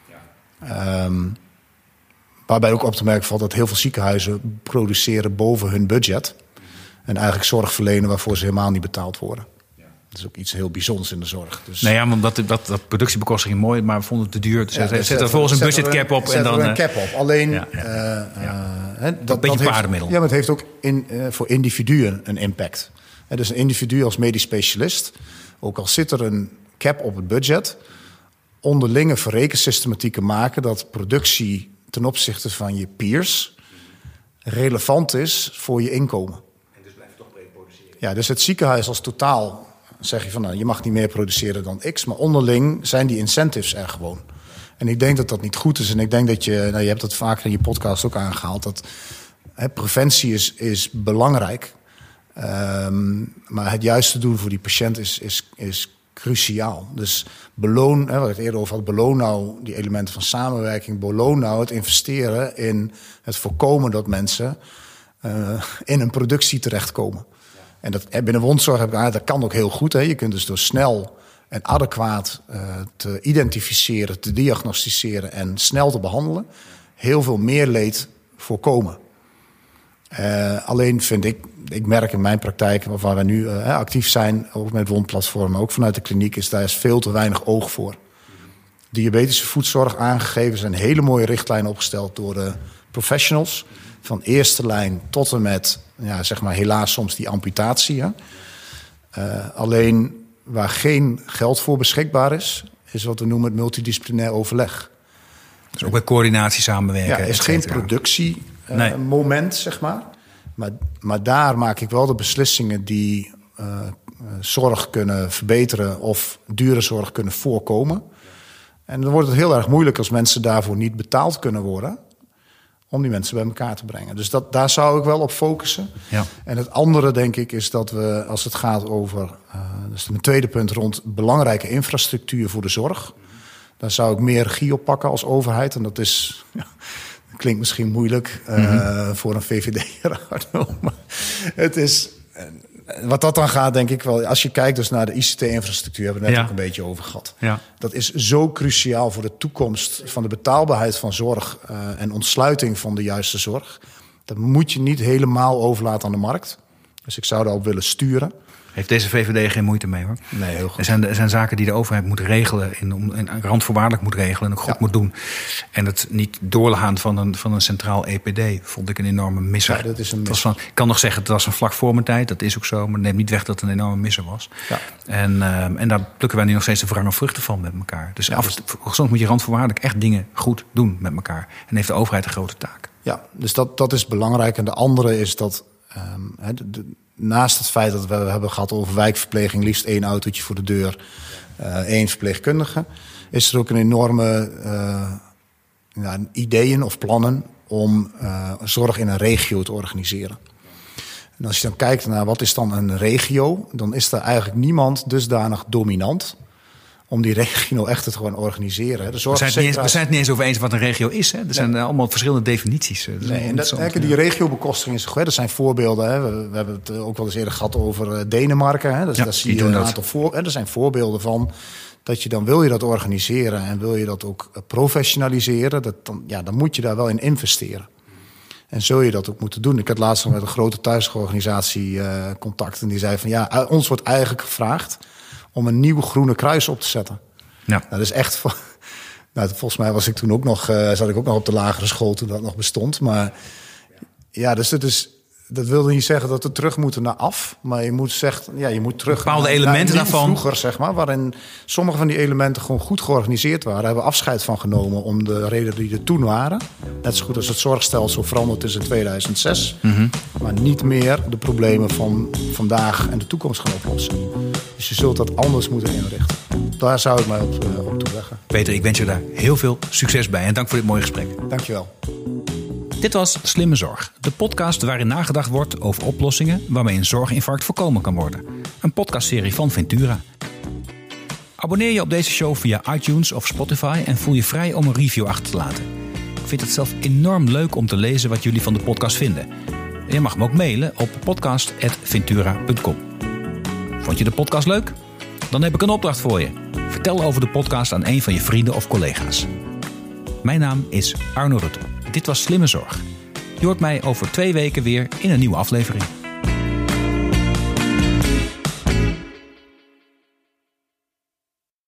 Waarbij ook op te merken valt dat heel veel ziekenhuizen produceren boven hun budget. En eigenlijk zorg verlenen waarvoor ze helemaal niet betaald worden. Dat is ook iets heel bijzonders in de zorg. Dus nee, ja, want dat productiebekostiging mooi, maar we vonden het te duur. Dus zet er volgens een budgetcap op. En dan een cap op. Alleen dat beetje paardenmiddel. Ja, maar het heeft ook voor individuen een impact. Dus een individu als medisch specialist, ook al zit er een cap op het budget, onderlinge verrekensystematieken maken dat productie ten opzichte van je peers relevant is voor je inkomen. En dus blijft toch breed produceren. Ja, dus het ziekenhuis als totaal zeg je van, nou, je mag niet meer produceren dan X, maar onderling zijn die incentives er gewoon. En ik denk dat dat niet goed is. En ik denk dat je hebt dat vaker in je podcast ook aangehaald, dat preventie is belangrijk. Maar het juiste doen voor die patiënt is cruciaal. Dus beloon, wat ik het eerder over had, beloon nou die elementen van samenwerking, beloon nou het investeren in het voorkomen dat mensen in een productie terechtkomen. En dat binnen wondzorg dat kan ook heel goed. Hè. Je kunt dus door snel en adequaat te identificeren, te diagnosticeren en snel te behandelen, heel veel meer leed voorkomen. Alleen vind ik merk in mijn praktijk, waar we nu actief zijn, ook met wondplatformen, ook vanuit de kliniek, daar is veel te weinig oog voor. Diabetische voedzorg aangegeven, zijn hele mooie richtlijnen opgesteld door de professionals. Van eerste lijn tot en met, zeg maar helaas soms die amputatie. Alleen waar geen geld voor beschikbaar is wat we noemen het multidisciplinair overleg. Dus ook bij coördinatie samenwerken. Ja, er is geen productiemoment, zeg maar. Maar daar maak ik wel de beslissingen die zorg kunnen verbeteren of dure zorg kunnen voorkomen. En dan wordt het heel erg moeilijk als mensen daarvoor niet betaald kunnen worden om die mensen bij elkaar te brengen. Dus daar zou ik wel op focussen. Ja. En het andere, denk ik, is dat we, als het gaat over, dus mijn tweede punt rond belangrijke infrastructuur voor de zorg, daar zou ik meer regie op pakken als overheid. En dat is, klinkt misschien moeilijk voor een VVD'er. Maar het is, wat dat dan gaat, denk ik wel, als je kijkt dus naar de ICT-infrastructuur, hebben we het net ook een beetje over gehad. Ja. Dat is zo cruciaal voor de toekomst van de betaalbaarheid van zorg en ontsluiting van de juiste zorg. Dat moet je niet helemaal overlaten aan de markt. Dus ik zou daarop willen sturen. Heeft deze VVD geen moeite mee, hoor? Nee, heel goed. Er zijn zaken die de overheid moet regelen en randvoorwaardelijk moet regelen en ook goed moet doen. En het niet doorgaan van een centraal EPD vond ik een enorme misser. Ja, dat is een misser. Ik kan nog zeggen, het was een vlak voor mijn tijd. Dat is ook zo, maar neemt niet weg dat het een enorme misser was. Ja. En daar plukken wij nu nog steeds de wrange vruchten van met elkaar. Dus soms moet je randvoorwaardelijk echt dingen goed doen met elkaar. En heeft de overheid een grote taak. Ja, dus dat is belangrijk. En de andere is dat naast het feit dat we hebben gehad over wijkverpleging, liefst 1 autootje voor de deur, 1 verpleegkundige, is er ook een enorme ideeën of plannen om zorg in een regio te organiseren. En als je dan kijkt naar wat is dan een regio, dan is er eigenlijk niemand dusdanig dominant om die regio echt te gewoon organiseren. We zijn het niet eens over eens wat een regio is. Hè? Er zijn allemaal verschillende definities. Die regiobekostiging is goed. Er zijn voorbeelden. Hè? We hebben het ook wel eens eerder gehad over Denemarken. Hè? Daar zie je een aantal er zijn voorbeelden van dat je dan wil je dat organiseren en wil je dat ook professionaliseren. Dan moet je daar wel in investeren. En zul je dat ook moeten doen. Ik had laatst nog met een grote thuisorganisatie contact. En die zei van ons wordt eigenlijk gevraagd om een nieuw Groene Kruis op te zetten. Ja. Dat is echt. Volgens mij was ik toen ook nog, zat ik ook nog op de lagere school toen dat nog bestond. Maar dus dat wilde niet zeggen dat we terug moeten naar af. Maar je moet je moet terug bepaalde elementen daarvan. Vroeger, zeg maar, waarin sommige van die elementen gewoon goed georganiseerd waren. Daar hebben we afscheid van genomen om de redenen die er toen waren. Net zo goed als het zorgstelsel veranderd is in 2006. Mm-hmm. Maar niet meer de problemen van vandaag en de toekomst gaan oplossen. Dus je zult dat anders moeten inrichten. Daar zou ik mij op toeleggen. Peter, ik wens je daar heel veel succes bij. En dank voor dit mooie gesprek. Dankjewel. Dit was Slimme Zorg, de podcast waarin nagedacht wordt over oplossingen waarmee een zorginfarct voorkomen kan worden. Een podcastserie van Ventura. Abonneer je op deze show via iTunes of Spotify en voel je vrij om een review achter te laten. Ik vind het zelf enorm leuk om te lezen wat jullie van de podcast vinden. Je mag me ook mailen op podcast@ventura.com. Vond je de podcast leuk? Dan heb ik een opdracht voor je. Vertel over de podcast aan een van je vrienden of collega's. Mijn naam is Arno Rutte. Dit was Slimme Zorg. Je hoort mij over 2 weken weer in een nieuwe aflevering.